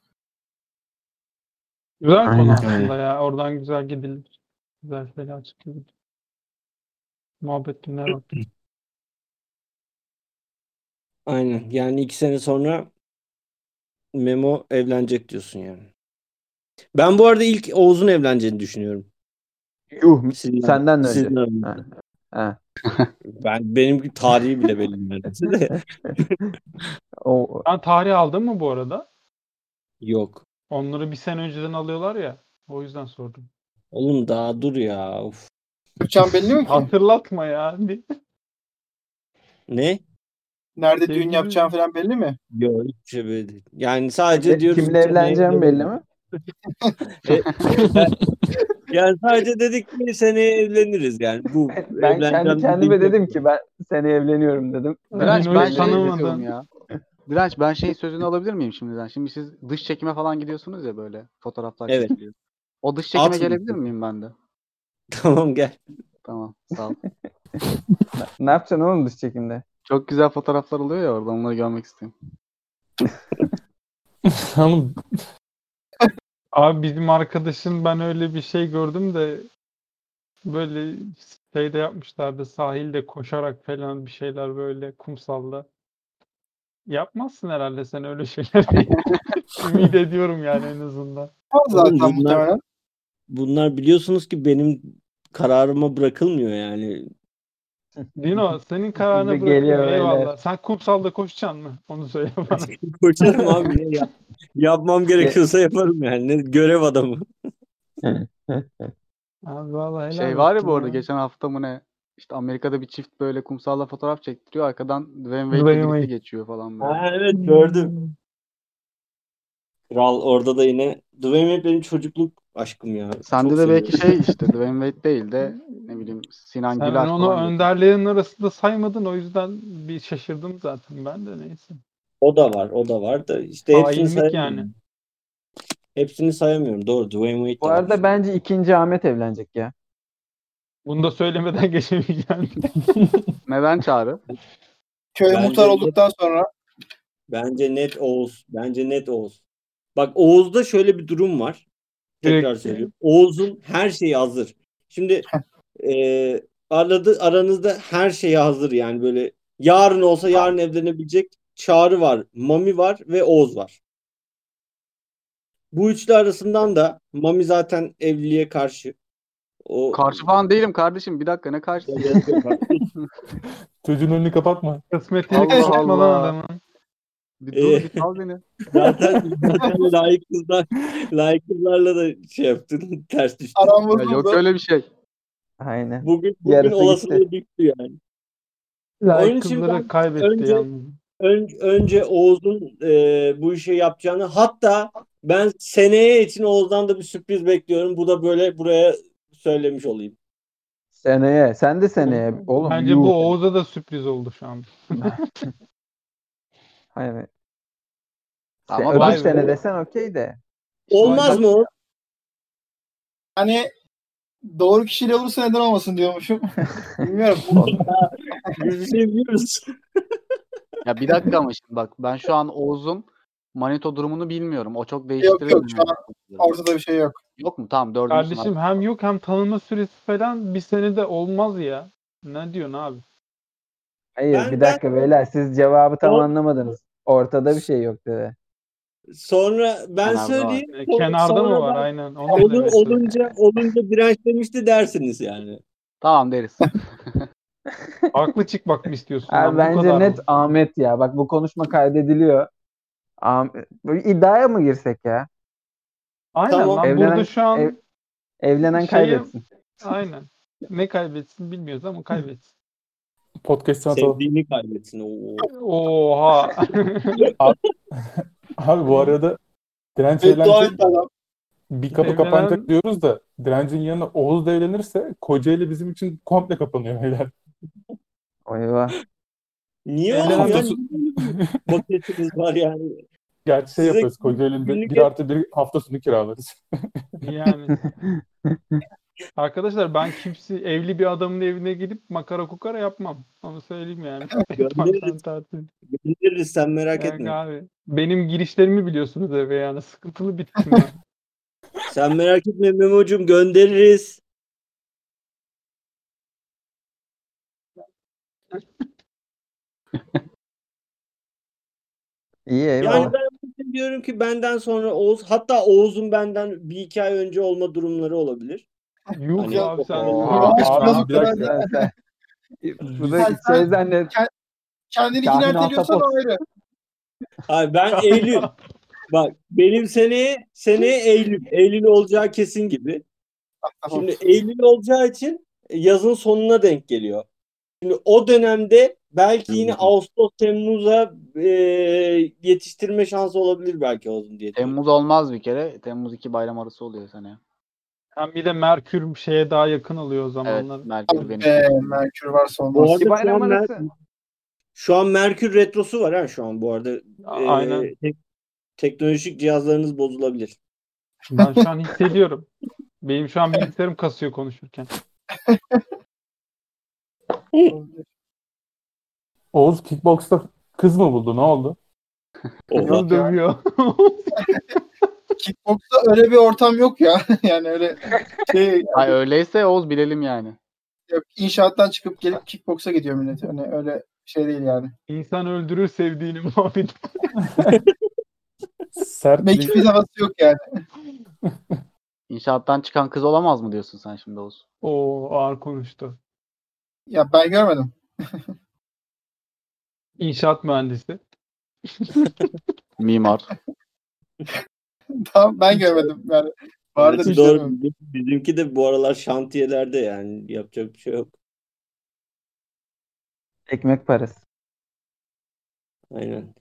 Güzel konu Aynen. aslında ya. Oradan güzel gidilir. Güzel şeyler çıkıyor. Muhabbet dinler bak. aynen. Yani 2 sene sonra Memo evlenecek diyorsun yani. Ben bu arada ilk Oğuz'un evleneceğini düşünüyorum. Yuh, Sizden, senden önce. sizden önce. Ha, ha. Benim tarihi bile belli neredeyse de. Ben tarih aldım mı bu arada? Yok. Onları bir sene önceden alıyorlar ya. O yüzden sordum. Oğlum daha dur ya. Of. Yapacağım belli mi ki? Hatırlatma ya. Ne? Nerede düğün Sevgili- yapacağım falan belli mi? Yok, hiçbir şey belli değil. Yani sadece diyoruz Kimle ki evleneceğim belli mi? Yani sadece dedik ki seneye evleniriz yani. Bu Ben kendi evleneceğim kendime dediğim dedim ki ben seni evleniyorum dedim. Direnç Mino'yu ben şey tanımadan. istiyorum ya. Direnç ben şeyin sözünü alabilir miyim şimdiden? Şimdi siz dış çekime falan gidiyorsunuz ya böyle. Fotoğraflar Evet. çekiliyor. O dış çekime At gelebilir mı? miyim ben de? Tamam, gel. Tamam sağ ol. Ne yapacaksın oğlum dış çekimde? Çok güzel fotoğraflar oluyor ya orada, onları görmek istiyorum. Oğlum, Abi bizim arkadaşın ben öyle bir şey gördüm de böyle şeyde yapmışlardı sahilde koşarak falan bir şeyler böyle kumsalda. Yapmazsın herhalde sen öyle şeyleri. Ümit ediyorum yani en azından. Zaten Oğlum muhtemelen. bunlar biliyorsunuz ki benim kararıma bırakılmıyor yani. Dino senin kararına Gibi geliyor bırakılmıyor. öyle. Eyvallah. Sen kumsalda koşacaksın mı? Onu söyle bana. Koşarım abi. Yapmam gerekiyorsa yaparım yani. Görev adamı. Abi vallahi helal Şey var ya olsun bu arada ya. geçen hafta mı ne? İşte Amerika'da bir çift böyle kumsalla fotoğraf çektiriyor. Arkadan Dwayne Dwayne Wade'le birisi Wade. geçiyor falan böyle. Ha, evet gördüm. Kral orada da yine Dwayne Wade benim çocukluk aşkım ya. Sende Çok de belki seviyorum. şey işte Dwayne Wade değil de ne bileyim Sinan Sen Güler onu falan geçiyor. önderlerin arasında saymadın o yüzden bir şaşırdım zaten ben de neyse. O da var, o da var da işte hepsini Hainlik yani. sayamıyorum. Hepsini sayamıyorum. Doğru, Dwayne Wade Bu de var. arada bence ikinci Ahmet evlenecek ya. Bunu da söylemeden geçemeyeceğim. Neden Çağrı? Köy Bence muhtar net, olduktan sonra bence net Oğuz. Bence net Oğuz. Bak Oğuz'da şöyle bir durum var. Tekrar Direkt söylüyorum. Oğuz'un her şeyi hazır. Şimdi aranızda her şeyi hazır yani böyle yarın olsa yarın evlenebilecek Çağrı var, Mami var ve Oğuz var. Bu üçlü arasından da Mami zaten evliliğe karşı. O Karşı falan değilim kardeşim. Bir dakika ne karşısı? çocuğun önünü kapatma. kısmetini Allah kapatma lan Allah. adamın. Bir dur bir sal beni. zaten layık kızlarla da şey yaptın, ters düştün. aram Ya yok bozuldu. öyle bir şey. Aynen. Bugün Yarısı olasılığı gitti. düştü yani. Layık Onun için kızları ben kaybetti yalnız. önce Oğuz'un bu işi yapacağını, hatta ben seneye için Oğuz'dan da bir sürpriz bekliyorum. Bu da böyle buraya söylemiş olayım. Seneye. Sen de seneye. Oğlum Bence yuh. bu Oğuz'a da sürpriz oldu şu an. Hayır. Ama Öbür vay be. sene desen okey de. Olmaz mı o? Hani doğru kişiyle olursa neden olmasın diyormuşum. Bilmiyorum. Biz bir şey biliyoruz. Ya bir dakika ama şimdi bak ben şu an Oğuz'un Manito durumunu bilmiyorum. O çok Yok değiştirir yok mi? şu an ortada bir şey yok. Yok mu? Tamam dördüncüsün. Kardeşim hem yok hem tanınma süresi falan bir senede olmaz ya. Ne diyorsun abi? Hayır bir dakika beyler siz cevabı tam anlamadınız. Ortada bir şey yok dedi. Sonra ben Kenarda var. söyleyeyim. Kenarda mı var? Sonradan Aynen. Onu mu demek istiyorsun? olunca dirençlemişti dersiniz yani. Tamam deriz. Haklı çıkmak mı istiyorsun? Abi lan? Bu bence kadar net mı? Ahmet ya. Bak bu konuşma kaydediliyor. Böyle iddiaya mı girsek ya? Aynen Tamam. lan burada şu an Evlenen şeyi kaybetsin. aynen. Ne kaybetsin bilmiyoruz ama kaybetsin. Podcast'ı atalım. Sevdiğini kaybetsin. Oha. Abi bu arada Direnç Beddua evlenecek. etti adam. Bir kapı Evlenen- kapanacak diyoruz da Direnc'in yanına Oğuz da evlenirse Kocaeli bizim için komple kapanıyor beyler. Eyvah. Niye Evlenen- oğlum ya? Hafta Baketiniz var yani. Gerçi şey Size yaparız Kocaeli'nde günlük 1+1 hafta sonu kiralarız. Yani. Arkadaşlar ben evli bir adamın evine gidip makara kukara yapmam. Onu söyleyeyim yani. Göndeririz. Göndeririz, sen merak Yani etme. abi, benim girişlerimi biliyorsunuz eve yani. Sıkıntılı bir tipim ben. Sen merak etme Memo'cum, göndeririz. İyi Yani eyvallah. ben diyorum ki benden sonra Oğuz, hatta Oğuz'un benden bir iki ay önce olma durumları olabilir. Yuh Hani abi sen. Oha, Biraz abi, o bir kadar dakika. değil. Sen- Bu da Sen- şey zannet. Kendini Kahin ikna ediyorsan ahtapot. o ayrı. Hayır, ben Eylül. Bak benim seneye Eylül. Eylül olacağı kesin gibi. Şimdi Eylül olacağı için yazın sonuna denk geliyor. Şimdi o dönemde belki yine Ağustos, Temmuz'a yetiştirme şansı olabilir belki Oğuz'un diye diyorum. Temmuz olmaz bir kere. Temmuz 2 bayram arası oluyor seneye. Hem bir de Merkür şeye daha yakın oluyor o Evet. zamanlar. Merkür Venüs. Merkür varsa Bu olmaz. arada bayram arası. şu an Merkür retrosu var ha şu an bu arada. Aynen. Teknolojik cihazlarınız bozulabilir. Ben şu an hissediyorum. Benim şu an bilgisayarım kasıyor konuşurken. Oğuz kickbox'ta kız mı buldu? Ne oldu? Oha. Yol dövüyor. Kickbox'ta öyle bir ortam yok ya. Yani öyle şey Ay öyleyse Oğuz bilelim yani. yok. İnşaattan çıkıp gelip kickbox'a gidiyor millet. Hani öyle şey değil yani. İnsan öldürür sevdiğini muhabbet. Sertlik. Mekif havası yok yani. İnşaattan çıkan kız olamaz mı diyorsun sen şimdi Oğuz? O ağır konuştu. Ya ben görmedim. İnşaat mühendisi. Mimar. Tamam ben görmedim. Yani vardı Evet, bir doğru. şey. Bizimki de bu aralar şantiyelerde, yani yapacak bir şey yok. Ekmek parası. Aynen.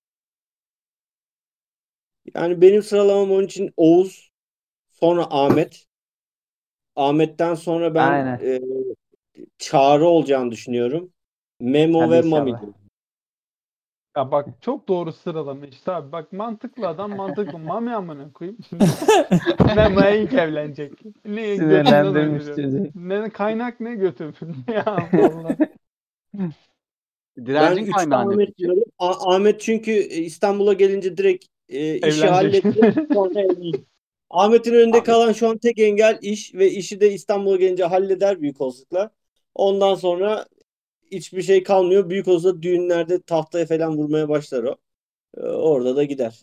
Yani benim sıralamam onun için Oğuz, sonra Ahmet. Ahmet'ten sonra ben Aynen. Çağrı olacağını düşünüyorum. Memo Hadi ve inşallah. Mami. Ya bak çok doğru sıralama işte abi. Bak mantıklı adam mantıklı. Mami amına koyayım. Şimdi Memo'ya ilk evlenecek. Ne götünden Sinirlendirmiş uyduruyor. çocuğu. Ne kaynak ne götü. Ya Allah. Ben Direncin 3'te kaynağı ne Ahmet peki? diyorum. Ahmet çünkü İstanbul'a gelince direkt işi Evlenecek. halledecek, sonra evlenecek. Ahmet'in önünde kalan şu an tek engel iş ve işi de İstanbul'a gelince halleder büyük olasılıkla. Ondan sonra hiçbir şey kalmıyor. Büyük olasılıkla düğünlerde tahtaya falan vurmaya başlar o. Orada da gider.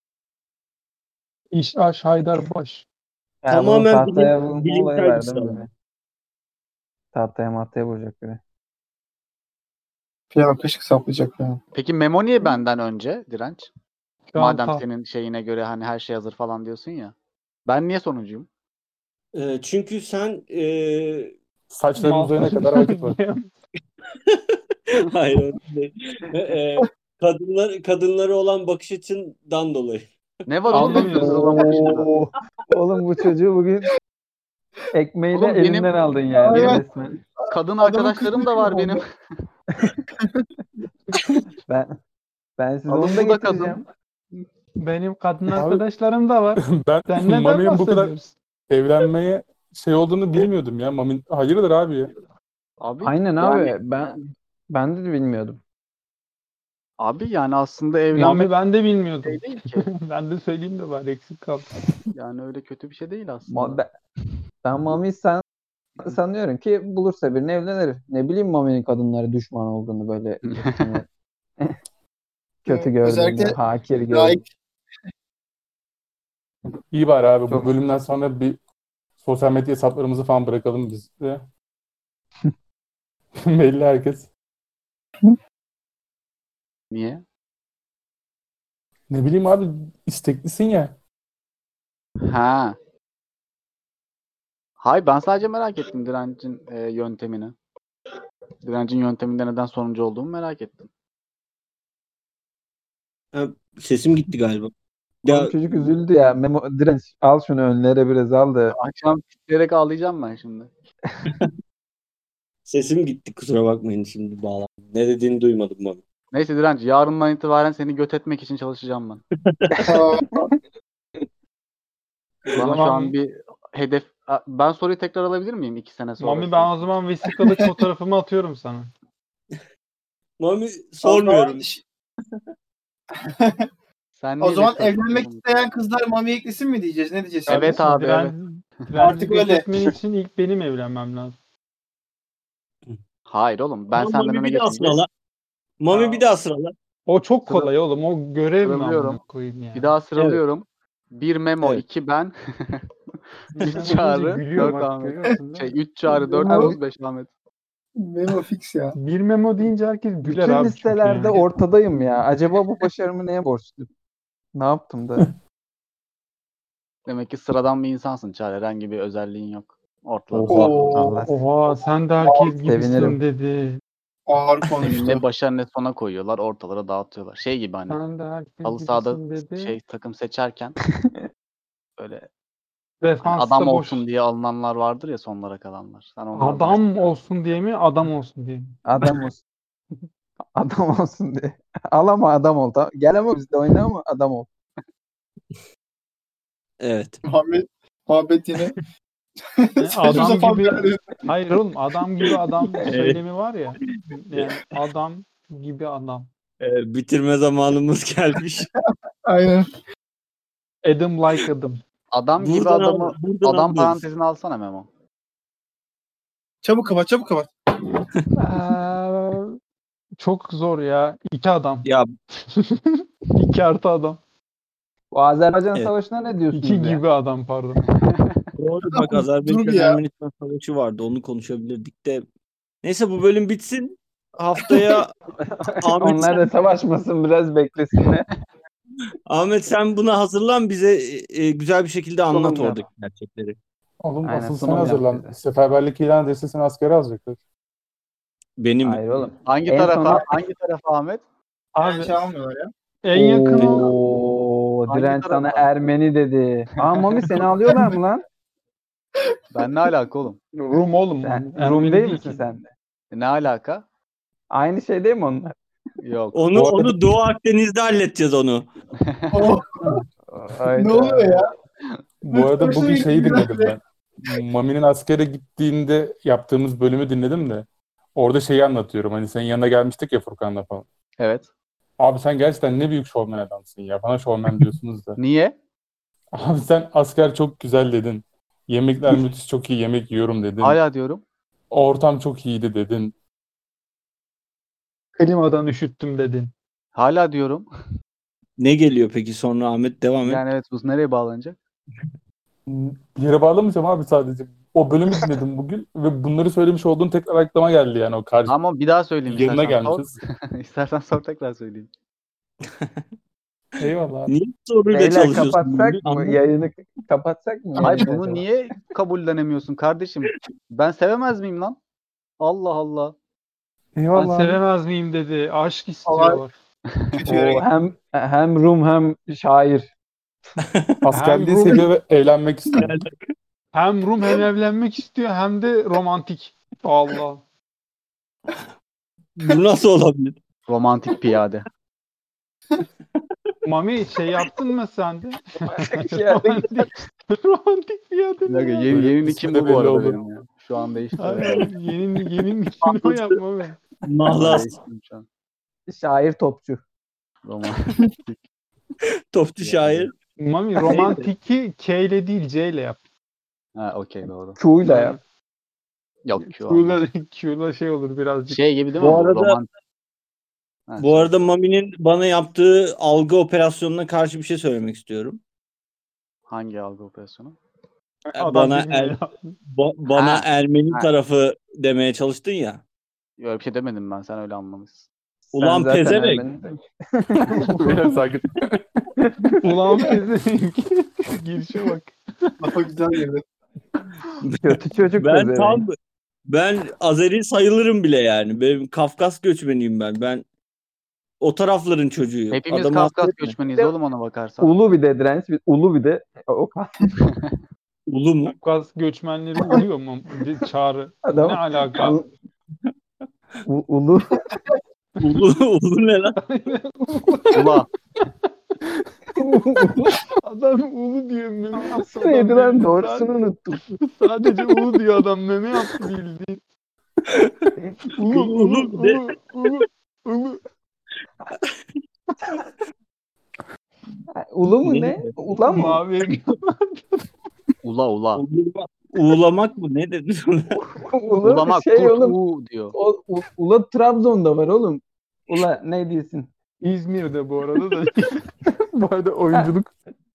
İş aş Haydar boş. Ya bunun Tamamen tahtaya vurma olayı bilimsel bir var değil mi sıralama. böyle? Tahtaya mahtaya vuracak biri. Piyano kaşık saplayacak yani. Peki Memo niye benden önce Direnç? Şu an Madem taht. senin şeyine göre hani her şey hazır falan diyorsun ya. Ben niye sonuncuyum? Çünkü sen Saçların üzerine kadar vakit var. hayır, öyle değil. Kadınları olan bakış açından dolayı. Ne var oğlum benim Anlamıyorum. sıralama başında? Oo. Oğlum bu çocuğu bugün ekmeği de Oğlum benim- elinden aldın yani Benim- resmen. Kadın Adamın arkadaşlarım da var kızı benim. Ben size Oğlum onu da bu da kadın. getireceğim. Benim kadın Abi- arkadaşlarım da var. Ben Sen neden Mami'nin bu kadar bahsediyorsun? evlenmeye şey olduğunu bilmiyordum ya. Mami hayırdır abi ya? Abi Aynen yani, abi. Ben de bilmiyordum. abi yani aslında Mami evlenmek ben de bilmiyordum. şey değil ki. Ben de söyleyeyim de var eksik kaldı. Yani öyle kötü bir şey değil aslında. Ben Mami'yi sanıyorum ki bulursa birini evlenir. Ne bileyim Mami'nin kadınlara düşman olduğunu böyle hani kötü gördüğünü, Özellikle hakir gördüğünü. layık İyi bari abi. Bu Çok- bölümden sonra bir sosyal medya hesaplarımızı falan bırakalım biz de. Belli herkes. Niye? Ne bileyim abi, isteklisin ya. Ha. Hayır ben sadece merak ettim Direnc'in yöntemini. Direnc'in yönteminde neden sonuncu olduğumu merak ettim. Sesim gitti galiba. Oğlum çocuk üzüldü ya. Memo, Direnç al şunu önlere biraz al da. Akşam titreyerek ağlayacağım ben şimdi. Sesim gitti, kusura bakmayın, şimdi bağlan. Ne dediğini duymadım ben. Neyse Direnç yarından itibaren seni göt etmek için çalışacağım ben. Bana şu zaman- an bir hedef... Ben soruyu tekrar alabilir miyim 2 sene sonra? Mami ben o zaman vesikalık fotoğrafımı atıyorum sana. Mami sormuyorum. Sen O niye zaman vesikalık evlenmek yapıyorsun? isteyen kızlar Mami eklesin mi diyeceğiz? Ne diyeceğiz? Evet şimdi? abi, evet. Artık Artık öyle. öyle. için ilk benim evlenmem lazım. Hayır oğlum ben senden Mami öne bir daha geçince sırala. Mami bir daha sırala. O çok Sıra- kolay oğlum. O görev mi sıralıyorum. amına koyayım yani. bir daha sıralıyorum. 1 Memo, Evet. 2 ben, Ben 3 olunca Çağrı, gülüyor 4 bak, Ahmet. görüyorsun değil mi? 3 Çağrı, 4 Memo- Oğuz, 5 Ahmet. Memo fix ya. Bir memo deyince herkes güler Bütün abi çünkü listelerde yani. ortadayım ya. Acaba bu başarımı neye borçlu? Ne yaptım da? Demek ki sıradan bir insansın Çağrı. Herhangi bir özelliğin yok. Ortalama. Oha. Allah. Oha sen de herkes gibisin Sevinirim. dedi. Ağır Ne konuştu. başa ne sona koyuyorlar. Ortalara dağıtıyorlar. Şey gibi hani. Sen de herkes Halı sahada gibisin dedi. şey takım seçerken böyle hani Defansta adam boş. olsun diye alınanlar vardır ya sonlara kalanlar. Sen onlardan Adam bahsediyorsun. olsun diye mi? Adam olsun diye mi? Adam olsun. Adam olsun diye. Al ama adam ol. Tamam. Gel ama bizde oyna ama adam ol. Evet. Muhabbet yine. Saçma Adam sapan gibi. bir yere. Hayır oğlum adam gibi adam Evet. söylemi var ya. Yani adam gibi adam. Bitirme zamanımız gelmiş. Aynen. Adam like Adam. Adam gibi Buradan adamı buradan adam alıyoruz. parantezini alsana Memo. Çabuk kapat, çabuk kapat. Çok zor ya. 2 adam. Ya 2 artı adam. Bu Azerbaycan Evet. Savaşı'na ne diyorsunuz 2 ya? gibi adam pardon. doğru bak Dur Azerbaycan ya. Ermenistan savaşı vardı. Onu konuşabilirdik de. Neyse bu bölüm bitsin. Haftaya Ahmet, Onlar da savaşmasın, biraz beklesinler. Ahmet sen buna hazırlan bize güzel bir şekilde anlat Sunum yap. oradaki gerçekleri. Oğlum Aynen, asıl sen sunum yap hazırlan. bize. Seferberlik ilan edilse seni askere alacaklar. Benim Hayır oğlum. Hangi En tarafa? sona- Hangi tarafa Ahmet? Abi Şey almıyorlar ya. en yakın o. Oo, Hangi Direnç sana tarafa? Ermeni dedi. Aa Mami, seni alıyorlar mı lan? Ben ne alaka oğlum? Rum oğlum. Sen Ermeni Rum değil ki. misin sen de? Ne alaka? Aynı şey değil mi onlar? Yok. Onu Bu arada- onu Doğu Akdeniz'de halledeceğiz onu. Oh, Hayda. ne oluyor ya? Bu arada Hoşuna bugün şeyi gidiyor. dinledim ben. Mami'nin askere gittiğinde yaptığımız bölümü dinledim de orada şeyi anlatıyorum. Hani senin yanına gelmiştik ya Furkan'la falan. Evet. Abi sen gerçekten ne büyük şovmen adamsın ya. Bana şovmen diyorsunuz da. Niye? Abi sen asker çok güzel dedin. Yemekler müthiş, çok iyi yemek yiyorum dedin. Hala diyorum. Ortam çok iyiydi dedin. Klimadan üşüttüm dedin. Hala diyorum. Ne geliyor peki sonra Ahmet devam et. Yani evet, bu nereye bağlanacak? Bir yere bağlamayacağım abi sadece. O bölümü dinledim bugün ve bunları söylemiş olduğun tekrar aklıma geldi yani o karşı. Tamam, bir daha söyleyeyim Yanına istersen. Sor. gelmişiz. İstersen sor, tekrar söyleyeyim. Eyvallah abi. Niye soruyla Beyler çalışıyorsun? kapatsak mı? Anlat. Yayını kapatsak mı? Hayır, yayını bunu acaba? niye kabullenemiyorsun kardeşim? Ben sevemez miyim lan? Allah Allah. Ben Eyvallah abi. sevemez miyim dedi. Aşk istiyorlar. Kötü yere Oo, hem Rum hem şair. Askerliği Hem seviyor ve evlenmek istiyor. Hem Rum hem evlenmek istiyor hem de romantik. Allah. Bu nasıl olabilir? Romantik piyade. Mami şey yaptın mı sen de? Piyade. Romantik piyade. Bir dakika, ne ya? yeni ismi kim de bu bu belli arada oldu. benim ya? Şu an değişti. Aynen, yeni ismini o yapma be. Mahlas Değiştim şu an. Şair topçu. Romantik. topçu şair. Mami romantiki K ile değil C ile yap. Ha, okey, doğru. Q'yla yap. Yok, Q olmaz. Q'la şey olur birazcık. Şey gibi değil mi Bu bu? arada- Romantik. Ha, Bu arada Mami'nin bana yaptığı algı operasyonuna karşı bir şey söylemek istiyorum. hangi algı operasyonu? Adam bana bilmiyor. Bana Ha, Ermeni ha. tarafı demeye çalıştın ya. Öyle bir şey demedim ben. Sen öyle anlamışsın. Ulan Sen zaten pezevenk. Ermeni- Biraz sakin. Ulan pezevenk. Girişe bak. Lafa güzel girdi. Kötü çocuk Ben pezevenk. tam ben Azeri sayılırım bile yani. Benim Kafkas göçmeniyim ben. Ben o tarafların çocuğuyum. Hepimiz Adamı Kafkas affetme. göçmeniyiz oğlum, ona bakarsan. Ulu bir de direnç. Ulu bir de o Ulu mu? Kafkas göçmenleri oluyor mu? Bir çağrı. adam. Ne alaka? Ulu. Ulu ne lan? Ula. Adam ulu diyor. Meme yaptı. Adam Neydi lan? bildiğin Doğrusunu unuttum. Sadece ulu diyor adam. Meme yaptı bildiğin. Ulu Ulu bir de- ulu. Ulu mu Ne? ne? Ulan mı? Mavi. Ula. Uğulamak mı? Ne dedin? Ulu Ulamak. şey Kurt oğlum. u diyor. Ula Trabzon'da var oğlum. Ula ne diyorsun? İzmir'de bu arada da. Bu arada oyunculuk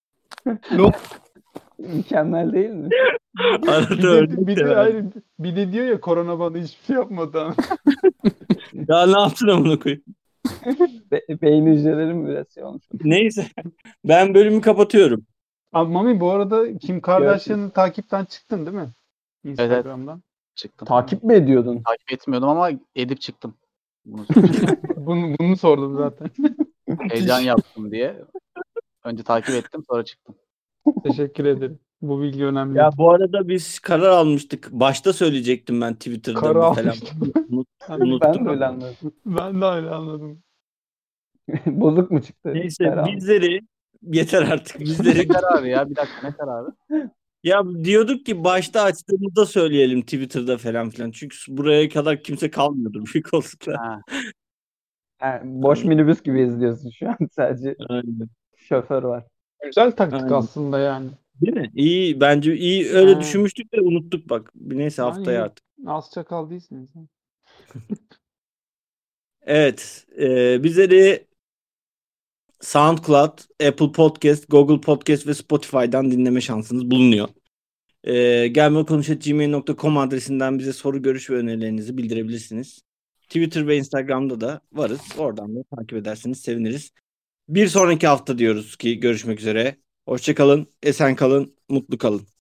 Mükemmel değil mi? Arada örnek bir de de, ver. hayır, bir de diyor ya korona bana hiçbir şey yapmadı. Ya ne yaptın amına koyayım? Beyin hücrelerim biraz şey olmuş. Neyse. Ben bölümü kapatıyorum. Abi Mami, bu arada Kim Kardashian'ı takipten çıktın değil mi? Instagram'dan. Çıktım. Takip mi ediyordun? Takip etmiyordum ama edip çıktım. Bunu söyleyeyim. Bunu sordum zaten. Heyecan yaptım diye. Önce takip ettim, sonra çıktım. Teşekkür ederim. Bu bilgi önemli. Ya bu arada biz karar almıştık. Başta söyleyecektim ben Twitter'da Karar falan. almıştım. Unuttum. Ben de öyle anladım. Ben de öyle anladım. Bozuk mu çıktı? Neyse Karar. bizleri yeter artık. Bizleri Ne kararı ya? Bir dakika, ne kararı? ya diyorduk ki başta açtığımızda söyleyelim Twitter'da falan filan. Çünkü buraya kadar kimse kalmıyordur büyük olasılıkla. Ha. Yani boş minibüs gibi izliyorsun şu an. Sadece Aynen. şoför var. Güzel taktik Aynen. aslında yani. Değil mi? İyi, bence iyi, öyle Aynen. düşünmüştük de unuttuk bak. Neyse, Yani haftaya iyi. artık. Az çakal değilsiniz. Evet. Bizleri SoundCloud, Apple Podcast, Google Podcast ve Spotify'dan dinleme şansınız bulunuyor. gelmekonuş@gmail.com adresinden bize soru, görüş ve önerilerinizi bildirebilirsiniz. Twitter ve Instagram'da da varız. Oradan da takip ederseniz seviniriz. Bir sonraki hafta diyoruz ki görüşmek üzere. Hoşça kalın, esen kalın, mutlu kalın.